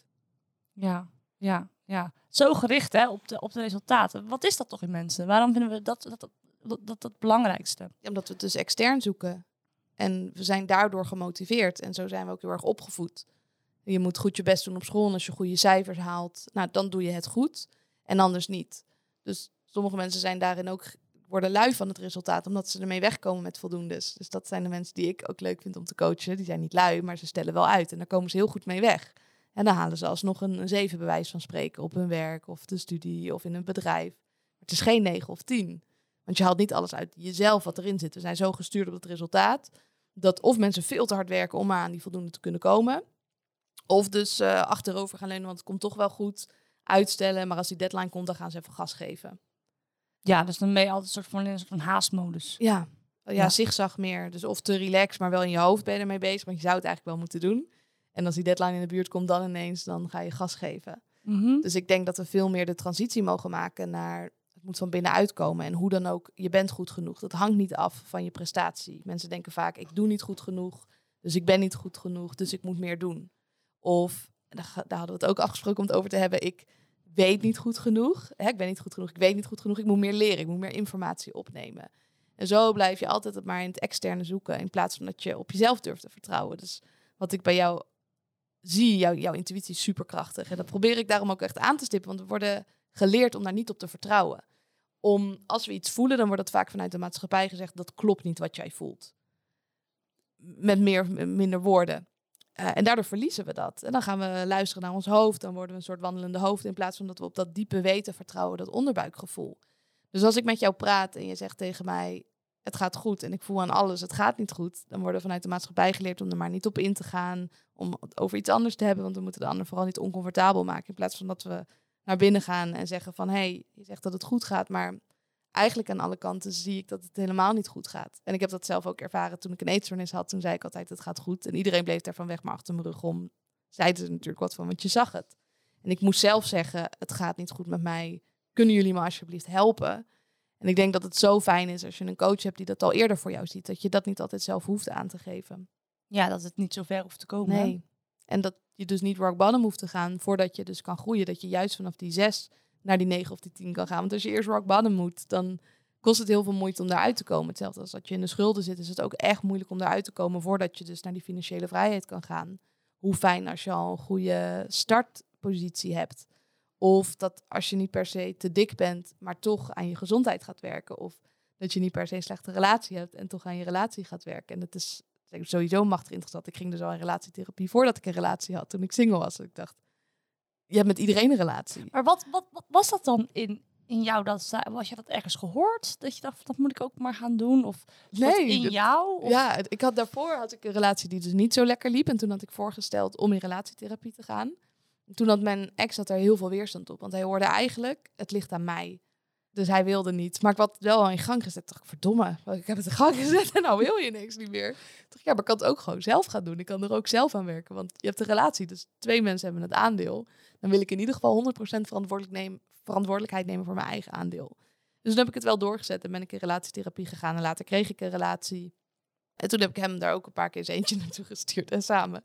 Ja, ja, ja. Zo gericht hè, op, de, op de resultaten. Wat is dat toch in mensen? Waarom vinden we dat dat, dat, dat, dat het belangrijkste? Ja, omdat we het dus extern zoeken. En we zijn daardoor gemotiveerd. En zo zijn we ook heel erg opgevoed. Je moet goed je best doen op school. En als je goede cijfers haalt, nou, dan doe je het goed. En anders niet. Dus sommige mensen zijn daarin ook, worden lui van het resultaat, omdat ze ermee wegkomen met voldoendes. Dus dat zijn de mensen die ik ook leuk vind om te coachen. Die zijn niet lui, maar ze stellen wel uit. En daar komen ze heel goed mee weg. En dan halen ze alsnog een, een zeven bij wijze van spreken op hun werk of de studie of in een bedrijf. Maar het is geen negen of tien. Want je haalt niet alles uit jezelf wat erin zit. We zijn zo gestuurd op het resultaat dat of mensen veel te hard werken om maar aan die voldoende te kunnen komen. Of dus uh, achterover gaan leunen, want het komt toch wel goed. Uitstellen, maar als die deadline komt, dan gaan ze even gas geven. Ja, dus dan ben je altijd een soort van, in een soort van haastmodus. Ja, ja, Ja. zigzag meer. Dus of te relaxed, maar wel in je hoofd ben je ermee bezig. Want je zou het eigenlijk wel moeten doen. En als die deadline in de buurt komt, dan ineens, dan ga je gas geven. Mm-hmm. Dus ik denk dat we veel meer de transitie mogen maken naar, het moet van binnenuit komen. En hoe dan ook, je bent goed genoeg. Dat hangt niet af van je prestatie. Mensen denken vaak, ik doe niet goed genoeg. Dus ik ben niet goed genoeg, dus ik moet meer doen. Of, daar, daar hadden we het ook afgesproken om het over te hebben, ik weet niet goed genoeg. Hè, ik ben niet goed genoeg, ik weet niet goed genoeg. Ik moet meer leren, ik moet meer informatie opnemen. En zo blijf je altijd het maar in het externe zoeken, in plaats van dat je op jezelf durft te vertrouwen. Dus wat ik bij jou zie, jou, jouw intuïtie is superkrachtig. En dat probeer ik daarom ook echt aan te stippen, want we worden geleerd om daar niet op te vertrouwen. Om, als we iets voelen, dan wordt het vaak vanuit de maatschappij gezegd, dat klopt niet wat jij voelt. Met meer, minder woorden. Uh, en daardoor verliezen we dat. En dan gaan we luisteren naar ons hoofd. Dan worden we een soort wandelende hoofd. In plaats van dat we op dat diepe weten vertrouwen. Dat onderbuikgevoel. Dus als ik met jou praat en je zegt tegen mij, het gaat goed. En ik voel aan alles, het gaat niet goed. Dan worden we vanuit de maatschappij geleerd om er maar niet op in te gaan. Om het over iets anders te hebben. Want we moeten de ander vooral niet oncomfortabel maken. In plaats van dat we naar binnen gaan en zeggen van, hé, hey, je zegt dat het goed gaat. Maar eigenlijk aan alle kanten zie ik dat het helemaal niet goed gaat. En ik heb dat zelf ook ervaren toen ik een eetstoornis had. Toen zei ik altijd, het gaat goed. En iedereen bleef daarvan weg, maar achter mijn rug om zeiden ze natuurlijk wat van, want je zag het. En ik moest zelf zeggen, het gaat niet goed met mij. Kunnen jullie me alsjeblieft helpen? En ik denk dat het zo fijn is als je een coach hebt die dat al eerder voor jou ziet. Dat je dat niet altijd zelf hoeft aan te geven. Ja, dat het niet zo ver hoeft te komen. Nee. En dat je dus niet rock bottom hoeft te gaan voordat je dus kan groeien. Dat je juist vanaf die zes naar die negen of die tien kan gaan. Want als je eerst rock bottom moet, dan kost het heel veel moeite om daaruit te komen. Hetzelfde als dat je in de schulden zit, is het ook echt moeilijk om daaruit te komen voordat je dus naar die financiële vrijheid kan gaan. Hoe fijn als je al een goede startpositie hebt. Of dat als je niet per se te dik bent, maar toch aan je gezondheid gaat werken. Of dat je niet per se een slechte relatie hebt en toch aan je relatie gaat werken. En dat is sowieso machtig interessant. Ik ging dus al in relatietherapie voordat ik een relatie had, toen ik single was. Ik dacht, je hebt met iedereen een relatie. Maar wat, wat, wat was dat dan in, in jou? Dat, was je dat ergens gehoord? Dat je dacht, dat moet ik ook maar gaan doen? Of nee, in dat, jou? Of? Ja, ik had daarvoor had ik een relatie die dus niet zo lekker liep. En toen had ik voorgesteld om in relatietherapie te gaan. En toen had mijn ex had er heel veel weerstand op. Want hij hoorde eigenlijk, het ligt aan mij. Dus hij wilde niet. Maar ik had het wel al in gang gezet. Dacht ik, verdomme, ik heb het in gang gezet en nou wil je niks niet meer. Dacht ik, ja, maar ik kan het ook gewoon zelf gaan doen. Ik kan er ook zelf aan werken. Want je hebt een relatie, dus twee mensen hebben het aandeel. Dan wil ik in ieder geval honderd procent verantwoordelijk nemen, verantwoordelijkheid nemen voor mijn eigen aandeel. Dus toen heb ik het wel doorgezet en ben ik in relatietherapie gegaan. En later kreeg ik een relatie. En toen heb ik hem daar ook een paar keer eens eentje naartoe gestuurd en samen.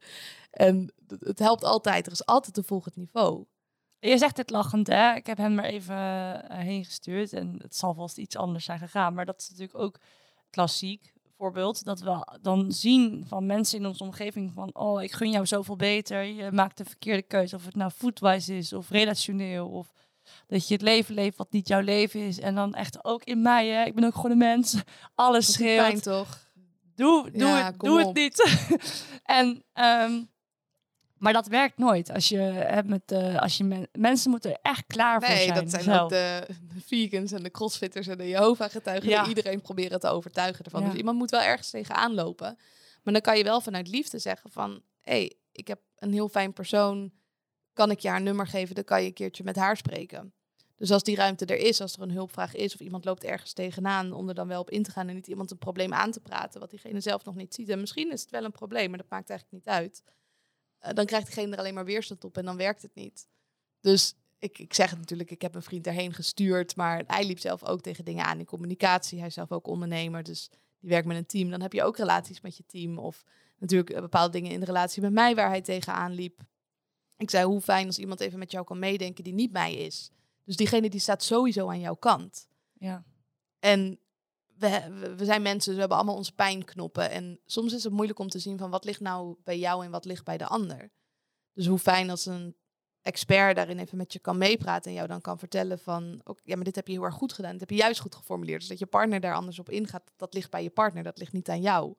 En het helpt altijd. Er is altijd een volgend niveau. Je zegt dit lachend, hè? Ik heb hem er even uh, heen gestuurd. En het zal vast iets anders zijn gegaan. Maar dat is natuurlijk ook klassiek voorbeeld. Dat we dan zien van mensen in onze omgeving van, oh, ik gun jou zoveel beter. Je maakt de verkeerde keuze. Of het nou foodwise is of relationeel. Of dat je het leven leeft wat niet jouw leven is. En dan echt ook in mij, hè? Ik ben ook gewoon een mens. Alles schreeuwt. Fijn toch? Doe, doe, ja, het, doe het niet. en, um, maar dat werkt nooit. Als je, hebt met, uh, als je men, mensen moeten er echt klaar nee, voor zijn. Nee, dat zijn zelf. ook de, de vegans en de crossfitters en de Jehovah-getuigen. Ja. Die iedereen proberen te overtuigen ervan. Ja. Dus iemand moet wel ergens tegenaan lopen. Maar dan kan je wel vanuit liefde zeggen van, hé, hey, ik heb een heel fijn persoon. Kan ik je haar nummer geven? Dan kan je een keertje met haar spreken. Dus als die ruimte er is, als er een hulpvraag is of iemand loopt ergens tegenaan om er dan wel op in te gaan en niet iemand een probleem aan te praten wat diegene zelf nog niet ziet. En misschien is het wel een probleem, maar dat maakt eigenlijk niet uit. Uh, dan krijgt diegene er alleen maar weerstand op en dan werkt het niet. Dus ik, ik zeg het natuurlijk, ik heb een vriend erheen gestuurd, maar hij liep zelf ook tegen dingen aan in communicatie. Hij is zelf ook ondernemer, dus die werkt met een team. Dan heb je ook relaties met je team of natuurlijk bepaalde dingen in de relatie met mij waar hij tegenaan liep. Ik zei, hoe fijn als iemand even met jou kan meedenken die niet mij is. Dus diegene die staat sowieso aan jouw kant. Ja. En we, we, we zijn mensen, dus we hebben allemaal onze pijnknoppen. En soms is het moeilijk om te zien van wat ligt nou bij jou en wat ligt bij de ander. Dus hoe fijn als een expert daarin even met je kan meepraten en jou dan kan vertellen van, okay, ja, maar dit heb je heel erg goed gedaan. Dit heb je juist goed geformuleerd. Dus dat je partner daar anders op ingaat, dat ligt bij je partner. Dat ligt niet aan jou.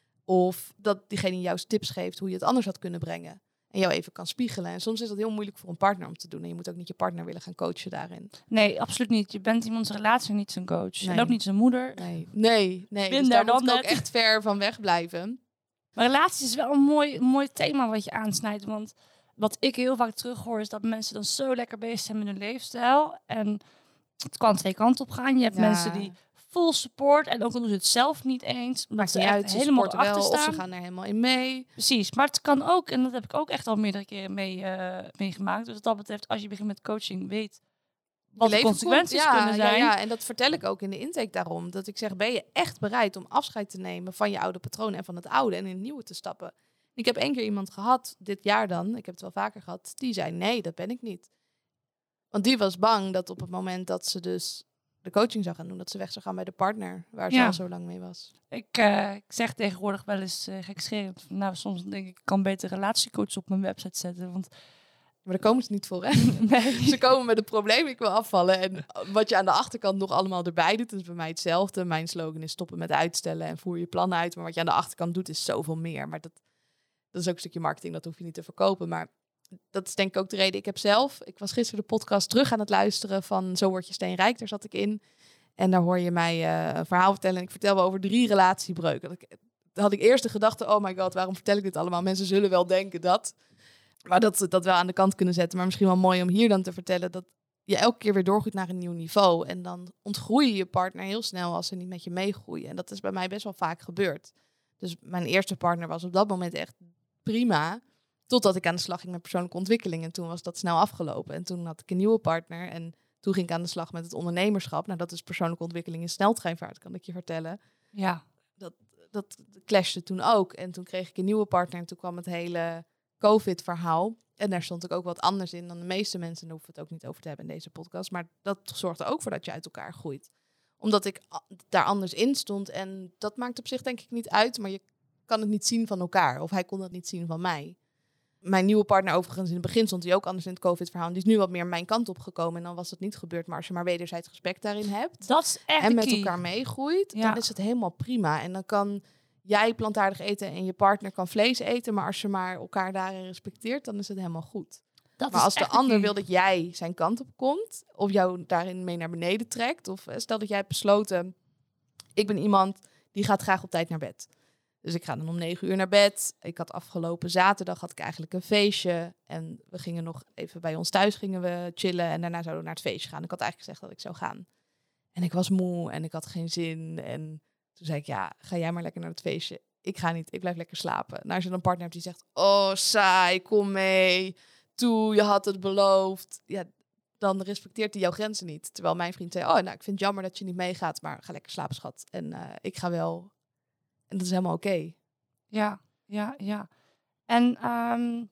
Of dat diegene jou tips geeft hoe je het anders had kunnen brengen. En jou even kan spiegelen. En soms is dat heel moeilijk voor een partner om te doen. En je moet ook niet je partner willen gaan coachen daarin. Nee, absoluut niet. Je bent iemands relatie, niet zijn coach. Nee. En ook niet zijn moeder. Nee, nee, nee. Minder Dus daar dan moet ik ook net. echt ver van weg blijven. Maar relaties is wel een mooi, een mooi thema wat je aansnijdt. Want wat ik heel vaak terughoor is dat mensen dan zo lekker bezig zijn met hun leefstijl. En het kan twee kanten op gaan. Je hebt Ja. mensen die full support en ook al doen ze het zelf niet eens. Omdat Maakt ze niet echt uit, ze helemaal sporten erachter wel of staan. ze gaan er helemaal in mee. Precies, maar het kan ook, en dat heb ik ook echt al meerdere keren mee, uh, meegemaakt. Dus wat dat betreft, als je begint met coaching, weet wat de Leven consequenties komt. Ja, kunnen zijn. Ja, ja, en dat vertel ik ook in de intake daarom. Dat ik zeg, ben je echt bereid om afscheid te nemen van je oude patroon en van het oude en in het nieuwe te stappen? Ik heb één keer iemand gehad, dit jaar dan, ik heb het wel vaker gehad, die zei nee, dat ben ik niet. Want die was bang dat op het moment dat ze dus de coaching zou gaan doen, dat ze weg zou gaan bij de partner waar ze Ja. al zo lang mee was. Ik, uh, ik zeg tegenwoordig wel eens uh, gekscherend. Nou, soms denk ik, ik kan beter relatiecoach op mijn website zetten. Want Maar daar komen ze niet voor, hè? nee. Ze komen met een probleem, ik wil afvallen. En wat je aan de achterkant nog allemaal erbij doet, is bij mij hetzelfde. Mijn slogan is stoppen met uitstellen en voer je plannen uit. Maar wat je aan de achterkant doet, is zoveel meer. Maar dat, dat is ook een stukje marketing, dat hoef je niet te verkopen. Maar dat is denk ik ook de reden. Ik heb zelf, ik was gisteren de podcast terug aan het luisteren van Zo word je steenrijk. Daar zat ik in. En daar hoor je mij uh, een verhaal vertellen. En ik vertel wel over drie relatiebreuken. Dat had ik eerst de gedachte, oh my god, waarom vertel ik dit allemaal? Mensen zullen wel denken dat. Maar dat ze dat wel aan de kant kunnen zetten. Maar misschien wel mooi om hier dan te vertellen dat je elke keer weer doorgroeit naar een nieuw niveau. En dan ontgroei je je partner heel snel als ze niet met je meegroeien. En dat is bij mij best wel vaak gebeurd. Dus mijn eerste partner was op dat moment echt prima. Totdat ik aan de slag ging met persoonlijke ontwikkeling. En toen was dat snel afgelopen. En toen had ik een nieuwe partner. En toen ging ik aan de slag met het ondernemerschap. Nou, dat is persoonlijke ontwikkeling in sneltreinvaart, kan ik je vertellen. Ja. Dat, dat clashte toen ook. En toen kreeg ik een nieuwe partner. En toen kwam het hele COVID-verhaal. En daar stond ik ook wat anders in dan de meeste mensen. Daar hoeven we het ook niet over te hebben in deze podcast. Maar dat zorgt er ook voor dat je uit elkaar groeit. Omdat ik daar anders in stond. En dat maakt op zich denk ik niet uit. Maar je kan het niet zien van elkaar. Of hij kon het niet zien van mij. Mijn nieuwe partner overigens, in het begin stond hij ook anders in het COVID-verhaal. Die is nu wat meer mijn kant op gekomen. En dan was het niet gebeurd. Maar als je maar wederzijds respect daarin hebt. Dat is echt En met key. elkaar meegroeit. Ja. Dan is het helemaal prima. En dan kan jij plantaardig eten en je partner kan vlees eten. Maar als je maar elkaar daarin respecteert, dan is het helemaal goed. Dat Maar is als de echt ander key. wil dat jij zijn kant op komt, of jou daarin mee naar beneden trekt, of stel dat jij hebt besloten, ik ben iemand die gaat graag op tijd naar bed. Dus ik ga dan om negen uur naar bed. Ik had afgelopen zaterdag had ik eigenlijk een feestje. En we gingen nog even bij ons thuis gingen we chillen. En daarna zouden we naar het feestje gaan. Ik had eigenlijk gezegd dat ik zou gaan. En ik was moe en ik had geen zin. En toen zei ik, ja, ga jij maar lekker naar het feestje. Ik ga niet, ik blijf lekker slapen. Nou, als je dan een partner hebt die zegt, oh saai, kom mee. Toe, je had het beloofd. Ja, dan respecteert hij jouw grenzen niet. Terwijl mijn vriend zei, oh, nou, ik vind het jammer dat je niet meegaat. Maar ga lekker slapen, schat. En uh, ik ga wel. En dat is helemaal oké. Okay. Ja, ja, ja. En um,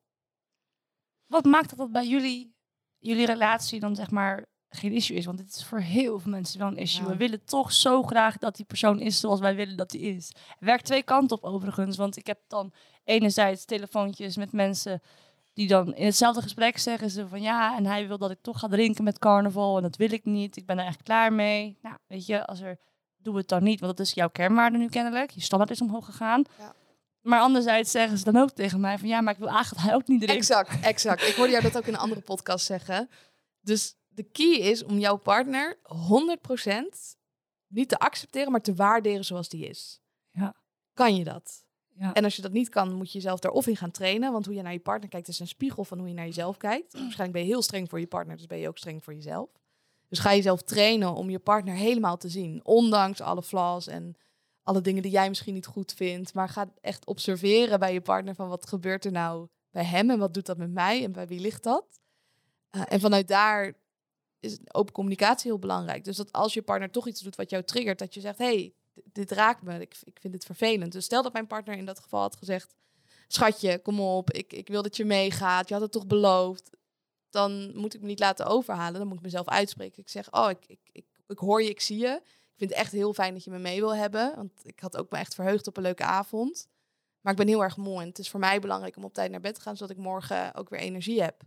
wat maakt dat dat bij jullie, jullie relatie dan zeg maar geen issue is? Want dit is voor heel veel mensen wel een issue. Ja. We willen toch zo graag dat die persoon is zoals wij willen dat die is. Het werkt twee kanten op overigens. Want ik heb dan enerzijds telefoontjes met mensen die dan in hetzelfde gesprek zeggen ze van ja, en hij wil dat ik toch ga drinken met carnaval en dat wil ik niet. Ik ben er echt klaar mee. Nou, weet je, als er doe het dan niet, want dat is jouw kernwaarde nu kennelijk. Je standaard is omhoog gegaan. Ja. Maar anderzijds zeggen ze dan ook tegen mij van ja, maar ik wil eigenlijk dat hij ook niet drinkt. Exact, exact. Ik hoorde jou dat ook in een andere podcast zeggen. Dus de key is om jouw partner honderd procent niet te accepteren, maar te waarderen zoals die is. Ja. Kan je dat? Ja. En als je dat niet kan, moet je jezelf daar of in gaan trainen. Want hoe je naar je partner kijkt is een spiegel van hoe je naar jezelf kijkt. Waarschijnlijk ben je heel streng voor je partner, dus ben je ook streng voor jezelf. Dus ga jezelf trainen om je partner helemaal te zien. Ondanks alle flaws en alle dingen die jij misschien niet goed vindt. Maar ga echt observeren bij je partner van wat gebeurt er nou bij hem en wat doet dat met mij en bij wie ligt dat. Uh, en vanuit daar is open communicatie heel belangrijk. Dus dat als je partner toch iets doet wat jou triggert, dat je zegt, hey, d- dit raakt me, ik, ik vind dit vervelend. Dus stel dat mijn partner in dat geval had gezegd, schatje, kom op, ik, ik wil dat je meegaat, je had het toch beloofd. Dan moet ik me niet laten overhalen, dan moet ik mezelf uitspreken. Ik zeg, oh, ik, ik, ik, ik hoor je, ik zie je. Ik Ik vind het echt heel fijn dat je me mee wil hebben. Want ik had ook me echt verheugd op een leuke avond. Maar ik ben heel erg moe. En het is voor mij belangrijk om op tijd naar bed te gaan, zodat ik morgen ook weer energie heb.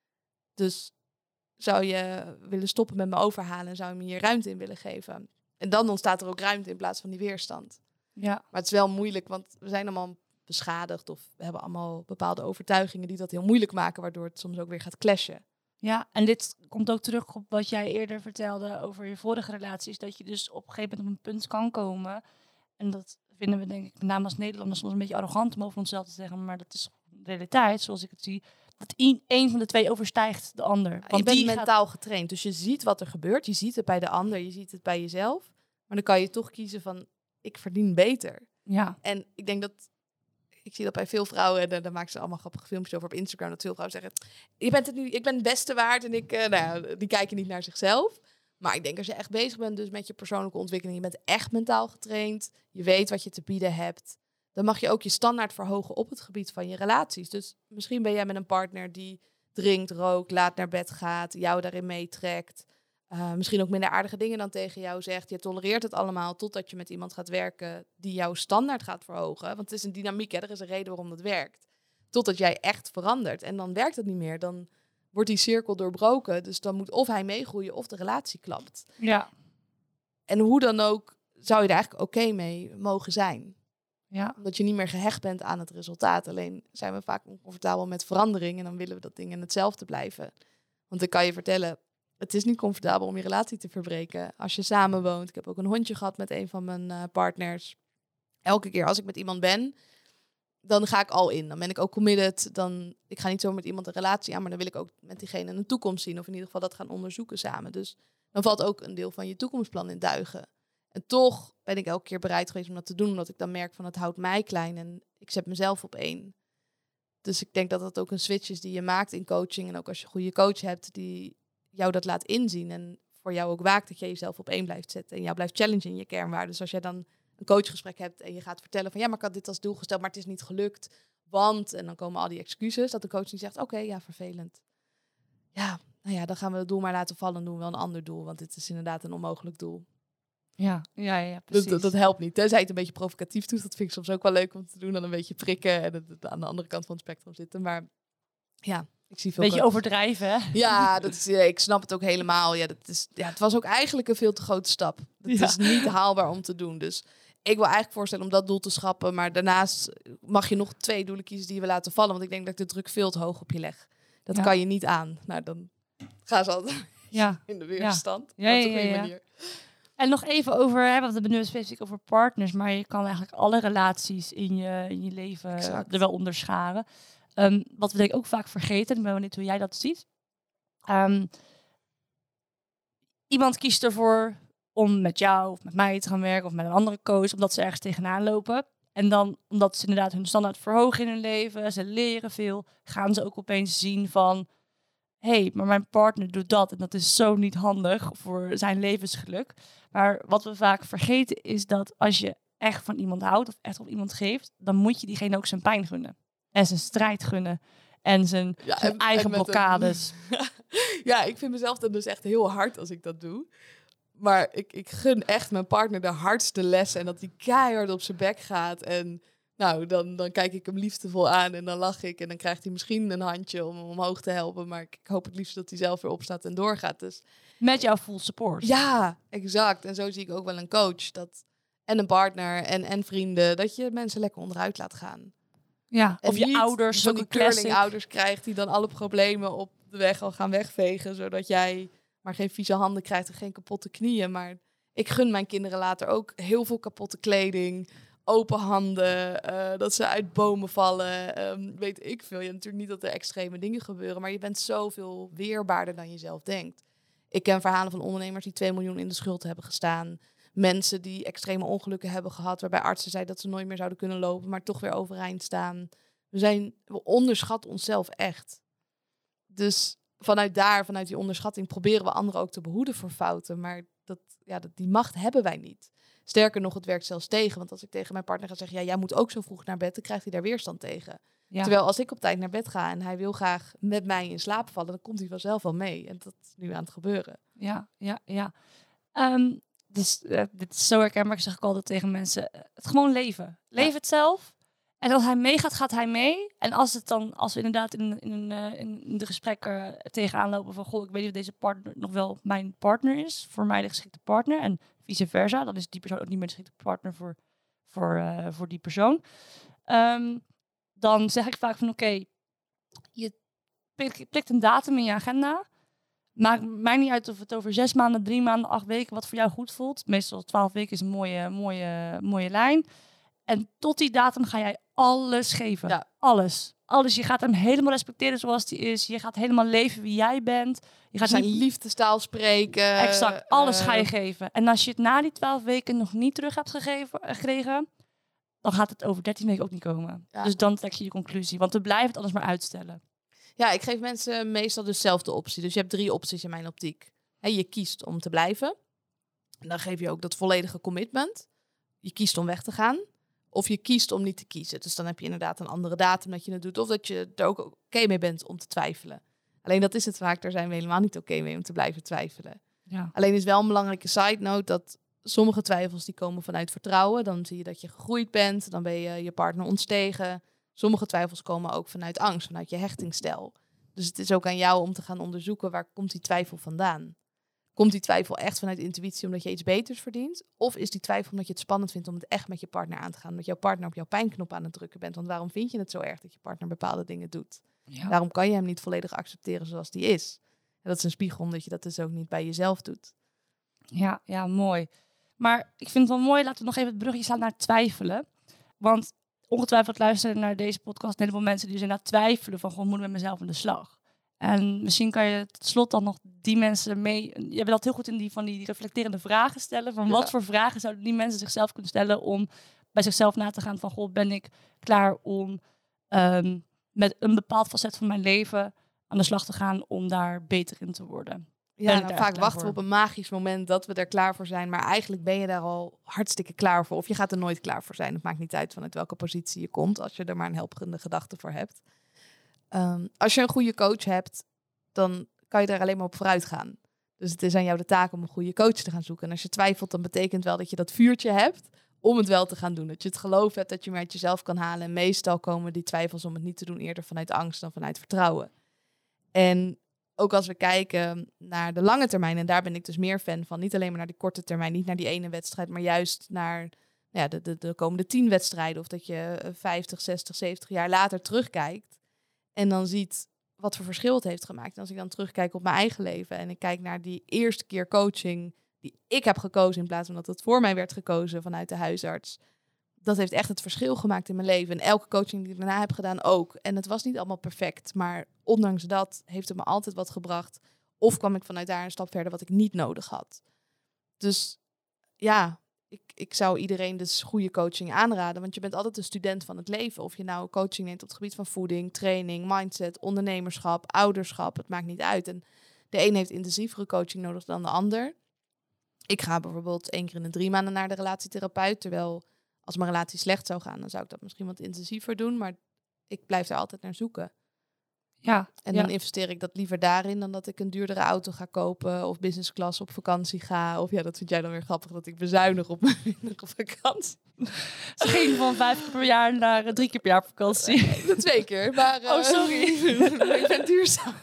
Dus zou je willen stoppen met me overhalen en zou je me hier ruimte in willen geven? En dan ontstaat er ook ruimte in plaats van die weerstand. Ja. Maar het is wel moeilijk, want we zijn allemaal beschadigd of we hebben allemaal bepaalde overtuigingen die dat heel moeilijk maken, waardoor het soms ook weer gaat clashen. Ja, en dit komt ook terug op wat jij eerder vertelde over je vorige relaties. Dat je dus op een gegeven moment op een punt kan komen. En dat vinden we denk ik met name als Nederlanders soms een beetje arrogant om over onszelf te zeggen. Maar dat is de realiteit, zoals ik het zie. Dat één van de twee overstijgt de ander. Want je bent die mentaal gaat... getraind, dus je ziet wat er gebeurt. Je ziet het bij de ander, je ziet het bij jezelf. Maar dan kan je toch kiezen van, ik verdien beter. Ja. En ik denk dat, ik zie dat bij veel vrouwen, en daar maken ze allemaal grappige filmpjes over op Instagram, dat veel vrouwen zeggen, je bent het nu, ik ben het beste waard en ik, uh, nou ja, die kijken niet naar zichzelf. Maar ik denk als je echt bezig bent dus met je persoonlijke ontwikkeling, je bent echt mentaal getraind, je weet wat je te bieden hebt, dan mag je ook je standaard verhogen op het gebied van je relaties. Dus misschien ben jij met een partner die drinkt, rookt, laat naar bed gaat, jou daarin meetrekt. Uh, misschien ook minder aardige dingen dan tegen jou zegt. Je tolereert het allemaal totdat je met iemand gaat werken die jouw standaard gaat verhogen. Want het is een dynamiek, hè? Er is een reden waarom dat werkt. Totdat jij echt verandert. En dan werkt het niet meer. Dan wordt die cirkel doorbroken. Dus dan moet of hij meegroeien of de relatie klapt. Ja. En hoe dan ook zou je er eigenlijk oké okay mee mogen zijn. Ja. Omdat je niet meer gehecht bent aan het resultaat. Alleen zijn we vaak oncomfortabel met verandering. En dan willen we dat dingen hetzelfde blijven. Want ik kan je vertellen, het is niet comfortabel om je relatie te verbreken. Als je samen woont. Ik heb ook een hondje gehad met een van mijn uh, partners. Elke keer als ik met iemand ben, dan ga ik al in. Dan ben ik ook committed. Dan, ik ga niet zo met iemand een relatie aan, maar dan wil ik ook met diegene een toekomst zien. Of in ieder geval dat gaan onderzoeken samen. Dus dan valt ook een deel van je toekomstplan in duigen. En toch ben ik elke keer bereid geweest om dat te doen. Omdat ik dan merk van het houdt mij klein en ik zet mezelf op één. Dus ik denk dat dat ook een switch is die je maakt in coaching. En ook als je een goede coach hebt die jou dat laat inzien. En voor jou ook waakt dat je jezelf op één blijft zetten. En jou blijft challengen in je kernwaarden. Dus als jij dan een coachgesprek hebt en je gaat vertellen van ja, maar ik had dit als doel gesteld, maar het is niet gelukt. Want, en dan komen al die excuses, dat de coach niet zegt, oké, okay, ja, vervelend. Ja, nou ja, dan gaan we het doel maar laten vallen en doen we wel een ander doel. Want dit is inderdaad een onmogelijk doel. Ja, ja, ja, precies. Dat, dat, dat helpt niet. Tenzij je het een beetje provocatief doet. Dat vind ik soms ook wel leuk om te doen. Dan een beetje prikken en het, het aan de andere kant van het spectrum zitten. Maar ja, ik zie veel... Beetje co- overdrijven, hè? Ja, dat is, ja, ik snap het ook helemaal. Ja, dat is, ja, het was ook eigenlijk een veel te grote stap. Het Ja. is niet haalbaar om te doen. Dus ik wil eigenlijk voorstellen om dat doel te schrappen. Maar daarnaast mag je nog twee doelen kiezen die we laten vallen. Want ik denk dat ik de druk veel te hoog op je leg. Dat Ja. kan je niet aan. Nou, dan gaan ze altijd Ja. in de weerstand. Ja, ja, Op een goede ja, ja. manier. En nog even over, hè, want we hebben nu specifiek over partners, maar je kan eigenlijk alle relaties in je, in je leven Exact. er wel onderscharen. Um, wat we denk ik ook vaak vergeten, ik ben benieuwd hoe jij dat ziet. Um, iemand kiest ervoor om met jou of met mij te gaan werken of met een andere coach, omdat ze ergens tegenaan lopen. En dan, omdat ze inderdaad hun standaard verhogen in hun leven, ze leren veel, gaan ze ook opeens zien van, hé, hey, maar mijn partner doet dat en dat is zo niet handig voor zijn levensgeluk. Maar wat we vaak vergeten is dat als je echt van iemand houdt of echt op iemand geeft, dan moet je diegene ook zijn pijn gunnen. En zijn strijd gunnen. En zijn, Ja, zijn en- eigen en met blokkades. een- Ja, ik vind mezelf dan dus echt heel hard als ik dat doe. Maar ik, ik gun echt mijn partner de hardste lessen. En dat hij keihard op zijn bek gaat. En nou, dan, dan kijk ik hem liefdevol aan en dan lach ik. En dan krijgt hij misschien een handje om hem omhoog te helpen. Maar ik, ik hoop het liefst dat hij zelf weer opstaat en doorgaat. Dus Met jouw full support. ja, exact. En zo zie ik ook wel een coach. Dat, en een partner en, en vrienden. Dat je mensen lekker onderuit laat gaan. Ja. En Of je niet ouders, van ook die een classic. curling-ouders krijgt die dan alle problemen op de weg al gaan wegvegen, zodat jij maar geen vieze handen krijgt en geen kapotte knieën. Maar ik gun mijn kinderen later ook heel veel kapotte kleding, open handen, uh, dat ze uit bomen vallen. Um, weet ik veel. Ja, natuurlijk niet dat er extreme dingen gebeuren, maar je bent zoveel weerbaarder dan je zelf denkt. Ik ken verhalen van ondernemers die twee miljoen in de schuld hebben gestaan. Mensen die extreme ongelukken hebben gehad, waarbij artsen zeiden dat ze nooit meer zouden kunnen lopen, maar toch weer overeind staan. We, zijn, we onderschatten onszelf echt. Dus vanuit daar, vanuit die onderschatting, proberen we anderen ook te behoeden voor fouten. Maar dat, ja, dat, die macht hebben wij niet. Sterker nog, het werkt zelfs tegen. Want als ik tegen mijn partner ga zeggen, ja, jij moet ook zo vroeg naar bed, dan krijgt hij daar weerstand tegen. Ja. Terwijl als ik op tijd naar bed ga en hij wil graag met mij in slaap vallen, dan komt hij vanzelf wel mee. En dat is nu aan het gebeuren. Ja, ja, ja. Um, dus uh, dit is zo herkenbaar, ik zeg ik altijd tegen mensen. Uh, het gewoon leven. Leef ja. het zelf. En als hij meegaat, gaat hij mee. En als het dan, als we inderdaad in, in, uh, in de gesprekken uh, tegenaan lopen van, goh, ik weet niet of deze partner nog wel mijn partner is, voor mij de geschikte partner. En vice versa, dan is die persoon ook niet meer de geschikte partner voor, voor, uh, voor die persoon. Um, dan zeg ik vaak van, oké, okay, je plikt een datum in je agenda. Maakt mij niet uit of het over zes maanden, drie maanden, acht weken, wat voor jou goed voelt. Meestal twaalf weken is een mooie, mooie, mooie lijn. En tot die datum ga jij alles geven. Ja. Alles. Alles. Je gaat hem helemaal respecteren zoals hij is. Je gaat helemaal leven wie jij bent. Je gaat zijn niet... liefdestaal spreken. Exact. Alles uh... ga je geven. En als je het na die twaalf weken nog niet terug hebt gegeven, gekregen, dan gaat het over dertien weken ook niet komen. Ja. Dus dan trek je je conclusie. Want we blijven het anders maar uitstellen. Ja, ik geef mensen meestal dezelfde optie. Dus je hebt drie opties in mijn optiek. He, je kiest om te blijven. En dan geef je ook dat volledige commitment. Je kiest om weg te gaan. Of je kiest om niet te kiezen. Dus dan heb je inderdaad een andere datum dat je het doet. Of dat je er ook oké okay mee bent om te twijfelen. Alleen dat is het vaak. Daar zijn we helemaal niet oké okay mee om te blijven twijfelen. Ja. Alleen is wel een belangrijke side note dat sommige twijfels die komen vanuit vertrouwen. Dan zie je dat je gegroeid bent. Dan ben je je partner ontstegen. Sommige twijfels komen ook vanuit angst, vanuit je hechtingsstijl. Dus het is ook aan jou om te gaan onderzoeken waar komt die twijfel vandaan. Komt die twijfel echt vanuit intuïtie omdat je iets beters verdient? Of is die twijfel omdat je het spannend vindt om het echt met je partner aan te gaan? Omdat jouw partner op jouw pijnknop aan het drukken bent. Want waarom vind je het zo erg dat je partner bepaalde dingen doet? Ja. Waarom kan je hem niet volledig accepteren zoals die is? En dat is een spiegel omdat je dat dus ook niet bij jezelf doet. Ja, ja, mooi. Maar ik vind het wel mooi, laten we nog even het brugje slaan naar twijfelen. Want ongetwijfeld luisteren naar deze podcast een heleboel mensen die dus inderdaad twijfelen van gewoon moet ik met mezelf aan de slag. En misschien kan je tot slot dan nog die mensen mee... Je bent altijd heel goed in die van die reflecterende vragen stellen. Van wat ja. voor vragen zouden die mensen zichzelf kunnen stellen om bij zichzelf na te gaan van goh, ben ik klaar om um, met een bepaald facet van mijn leven aan de slag te gaan om daar beter in te worden. Ja, nou, vaak wachten voor. we op een magisch moment dat we er klaar voor zijn. Maar eigenlijk ben je daar al hartstikke klaar voor. Of je gaat er nooit klaar voor zijn. Het maakt niet uit vanuit welke positie je komt. Als je er maar een helpende gedachte voor hebt. Um, als je een goede coach hebt, dan kan je daar alleen maar op vooruit gaan. Dus het is aan jou de taak om een goede coach te gaan zoeken. En als je twijfelt, dan betekent wel dat je dat vuurtje hebt om het wel te gaan doen. Dat je het geloof hebt dat je meer uit jezelf kan halen. En meestal komen die twijfels om het niet te doen eerder vanuit angst dan vanuit vertrouwen. En ook als we kijken naar de lange termijn, en daar ben ik dus meer fan van. Niet alleen maar naar die korte termijn, niet naar die ene wedstrijd, maar juist naar nou ja, de, de, de komende tien wedstrijden. Of dat je vijftig, zestig, zeventig jaar later terugkijkt en dan ziet wat voor verschil het heeft gemaakt. En als ik dan terugkijk op mijn eigen leven en ik kijk naar die eerste keer coaching die ik heb gekozen in plaats van dat het voor mij werd gekozen vanuit de huisarts. Dat heeft echt het verschil gemaakt in mijn leven. En elke coaching die ik daarna heb gedaan ook. En het was niet allemaal perfect. Maar ondanks dat heeft het me altijd wat gebracht. Of kwam ik vanuit daar een stap verder wat ik niet nodig had. Dus ja, ik, ik zou iedereen dus goede coaching aanraden. Want je bent altijd een student van het leven. Of je nou coaching neemt op het gebied van voeding, training, mindset, ondernemerschap, ouderschap. Het maakt niet uit. En de een heeft intensievere coaching nodig dan de ander. Ik ga bijvoorbeeld één keer in de drie maanden naar de relatietherapeut. Terwijl als mijn relatie slecht zou gaan, dan zou ik dat misschien wat intensiever doen. Maar ik blijf daar altijd naar zoeken. Ja, en ja. dan investeer ik dat liever daarin dan dat ik een duurdere auto ga kopen of business class op vakantie ga. Of ja, dat vind jij dan weer grappig dat ik bezuinig op mijn op vakantie. Ze ging van vijf keer per jaar naar uh, drie keer per jaar op vakantie. Uh, twee keer, maar... Uh, oh, sorry. Ik ben duurzaam.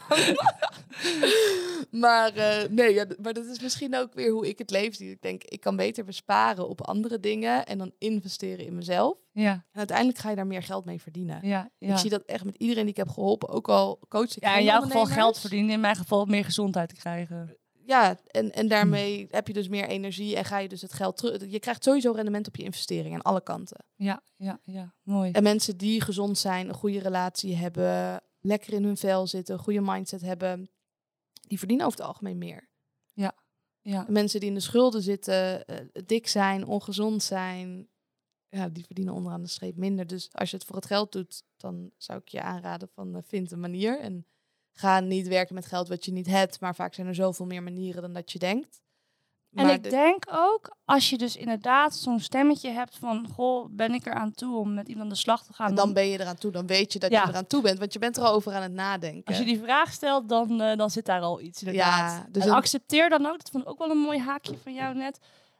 maar uh, nee, ja, maar dat is misschien ook weer hoe ik het leef zie. Ik denk, ik kan beter besparen op andere dingen en dan investeren in mezelf. Ja. En uiteindelijk ga je daar meer geld mee verdienen. Ja, ja. Ik zie dat echt met iedereen die ik heb geholpen, ook al coach ik. Ja, in jouw geval geld verdienen, in mijn geval meer gezondheid te krijgen. Ja, en, en daarmee hm. heb je dus meer energie en ga je dus het geld terug. Je krijgt sowieso rendement op je investering aan alle kanten. Ja, ja, ja, mooi. En mensen die gezond zijn, een goede relatie hebben, lekker in hun vel zitten, een goede mindset hebben, die verdienen over het algemeen meer. Ja, ja. En mensen die in de schulden zitten, uh, dik zijn, ongezond zijn, ja, die verdienen onderaan de streep minder. Dus als je het voor het geld doet, dan zou ik je aanraden van uh, vind een manier. En ga niet werken met geld wat je niet hebt, maar vaak zijn er zoveel meer manieren dan dat je denkt. En maar ik de... denk ook, als je dus inderdaad zo'n stemmetje hebt van, goh, ben ik er aan toe om met iemand aan de slag te gaan? En dan ben je eraan toe, dan weet je dat ja. je eraan toe bent, want je bent er al over aan het nadenken. Als je die vraag stelt, dan, uh, dan zit daar al iets inderdaad. Ja, dus en een... accepteer dan ook, dat vond ik ook wel een mooi haakje van jou net,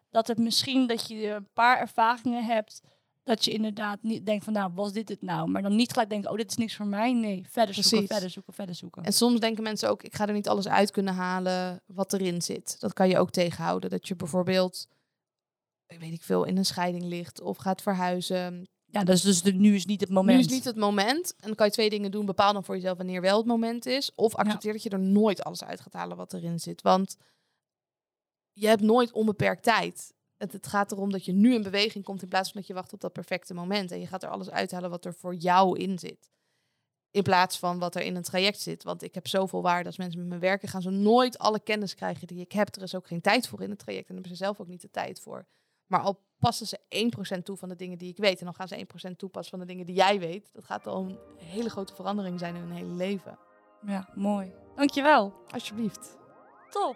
dat het misschien dat je een paar ervaringen hebt, dat je inderdaad niet denkt van, nou, was dit het nou? Maar dan niet gelijk denken, oh, dit is niks voor mij. Nee, verder zoeken, Precies. verder zoeken, verder zoeken. En soms denken mensen ook, ik ga er niet alles uit kunnen halen wat erin zit. Dat kan je ook tegenhouden. Dat je bijvoorbeeld, weet ik veel, in een scheiding ligt of gaat verhuizen. Ja, dus, dus de, nu is niet het moment. Nu is niet het moment. En dan kan je twee dingen doen. Bepaal dan voor jezelf wanneer wel het moment is. Of accepteer ja. dat je er nooit alles uit gaat halen wat erin zit. Want je hebt nooit onbeperkt tijd. Het, het gaat erom dat je nu in beweging komt in plaats van dat je wacht op dat perfecte moment. En je gaat er alles uithalen wat er voor jou in zit. In plaats van wat er in een traject zit. Want ik heb zoveel waarde als mensen met me werken. Gaan ze nooit alle kennis krijgen die ik heb. Er is ook geen tijd voor in het traject. En daar hebben ze zelf ook niet de tijd voor. Maar al passen ze één procent toe van de dingen die ik weet. En dan gaan ze één procent toepassen van de dingen die jij weet. Dat gaat al een hele grote verandering zijn in hun hele leven. Ja, mooi. Dankjewel. Alsjeblieft. Top.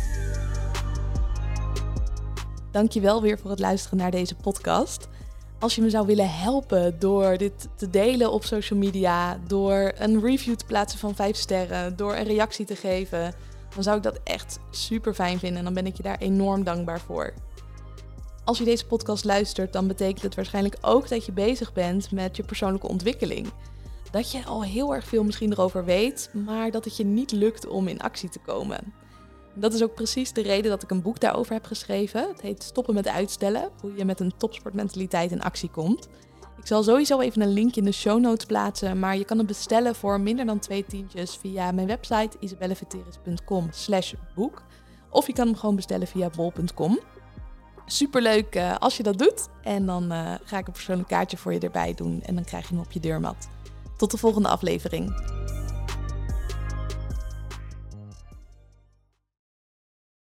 Dankjewel weer voor het luisteren naar deze podcast. Als je me zou willen helpen door dit te delen op social media, door een review te plaatsen van vijf sterren, door een reactie te geven, dan zou ik dat echt super fijn vinden en dan ben ik je daar enorm dankbaar voor. Als je deze podcast luistert, dan betekent het waarschijnlijk ook dat je bezig bent met je persoonlijke ontwikkeling. Dat je al heel erg veel misschien erover weet, maar dat het je niet lukt om in actie te komen. Dat is ook precies de reden dat ik een boek daarover heb geschreven. Het heet Stoppen met uitstellen, hoe je met een topsportmentaliteit in actie komt. Ik zal sowieso even een linkje in de show notes plaatsen, maar je kan het bestellen voor minder dan twee tientjes via mijn website isabelleveteris.com slash boek. Of je kan hem gewoon bestellen via bol punt com. Superleuk uh, als je dat doet. En dan uh, ga ik een persoonlijk kaartje voor je erbij doen en dan krijg je hem op je deurmat. Tot de volgende aflevering.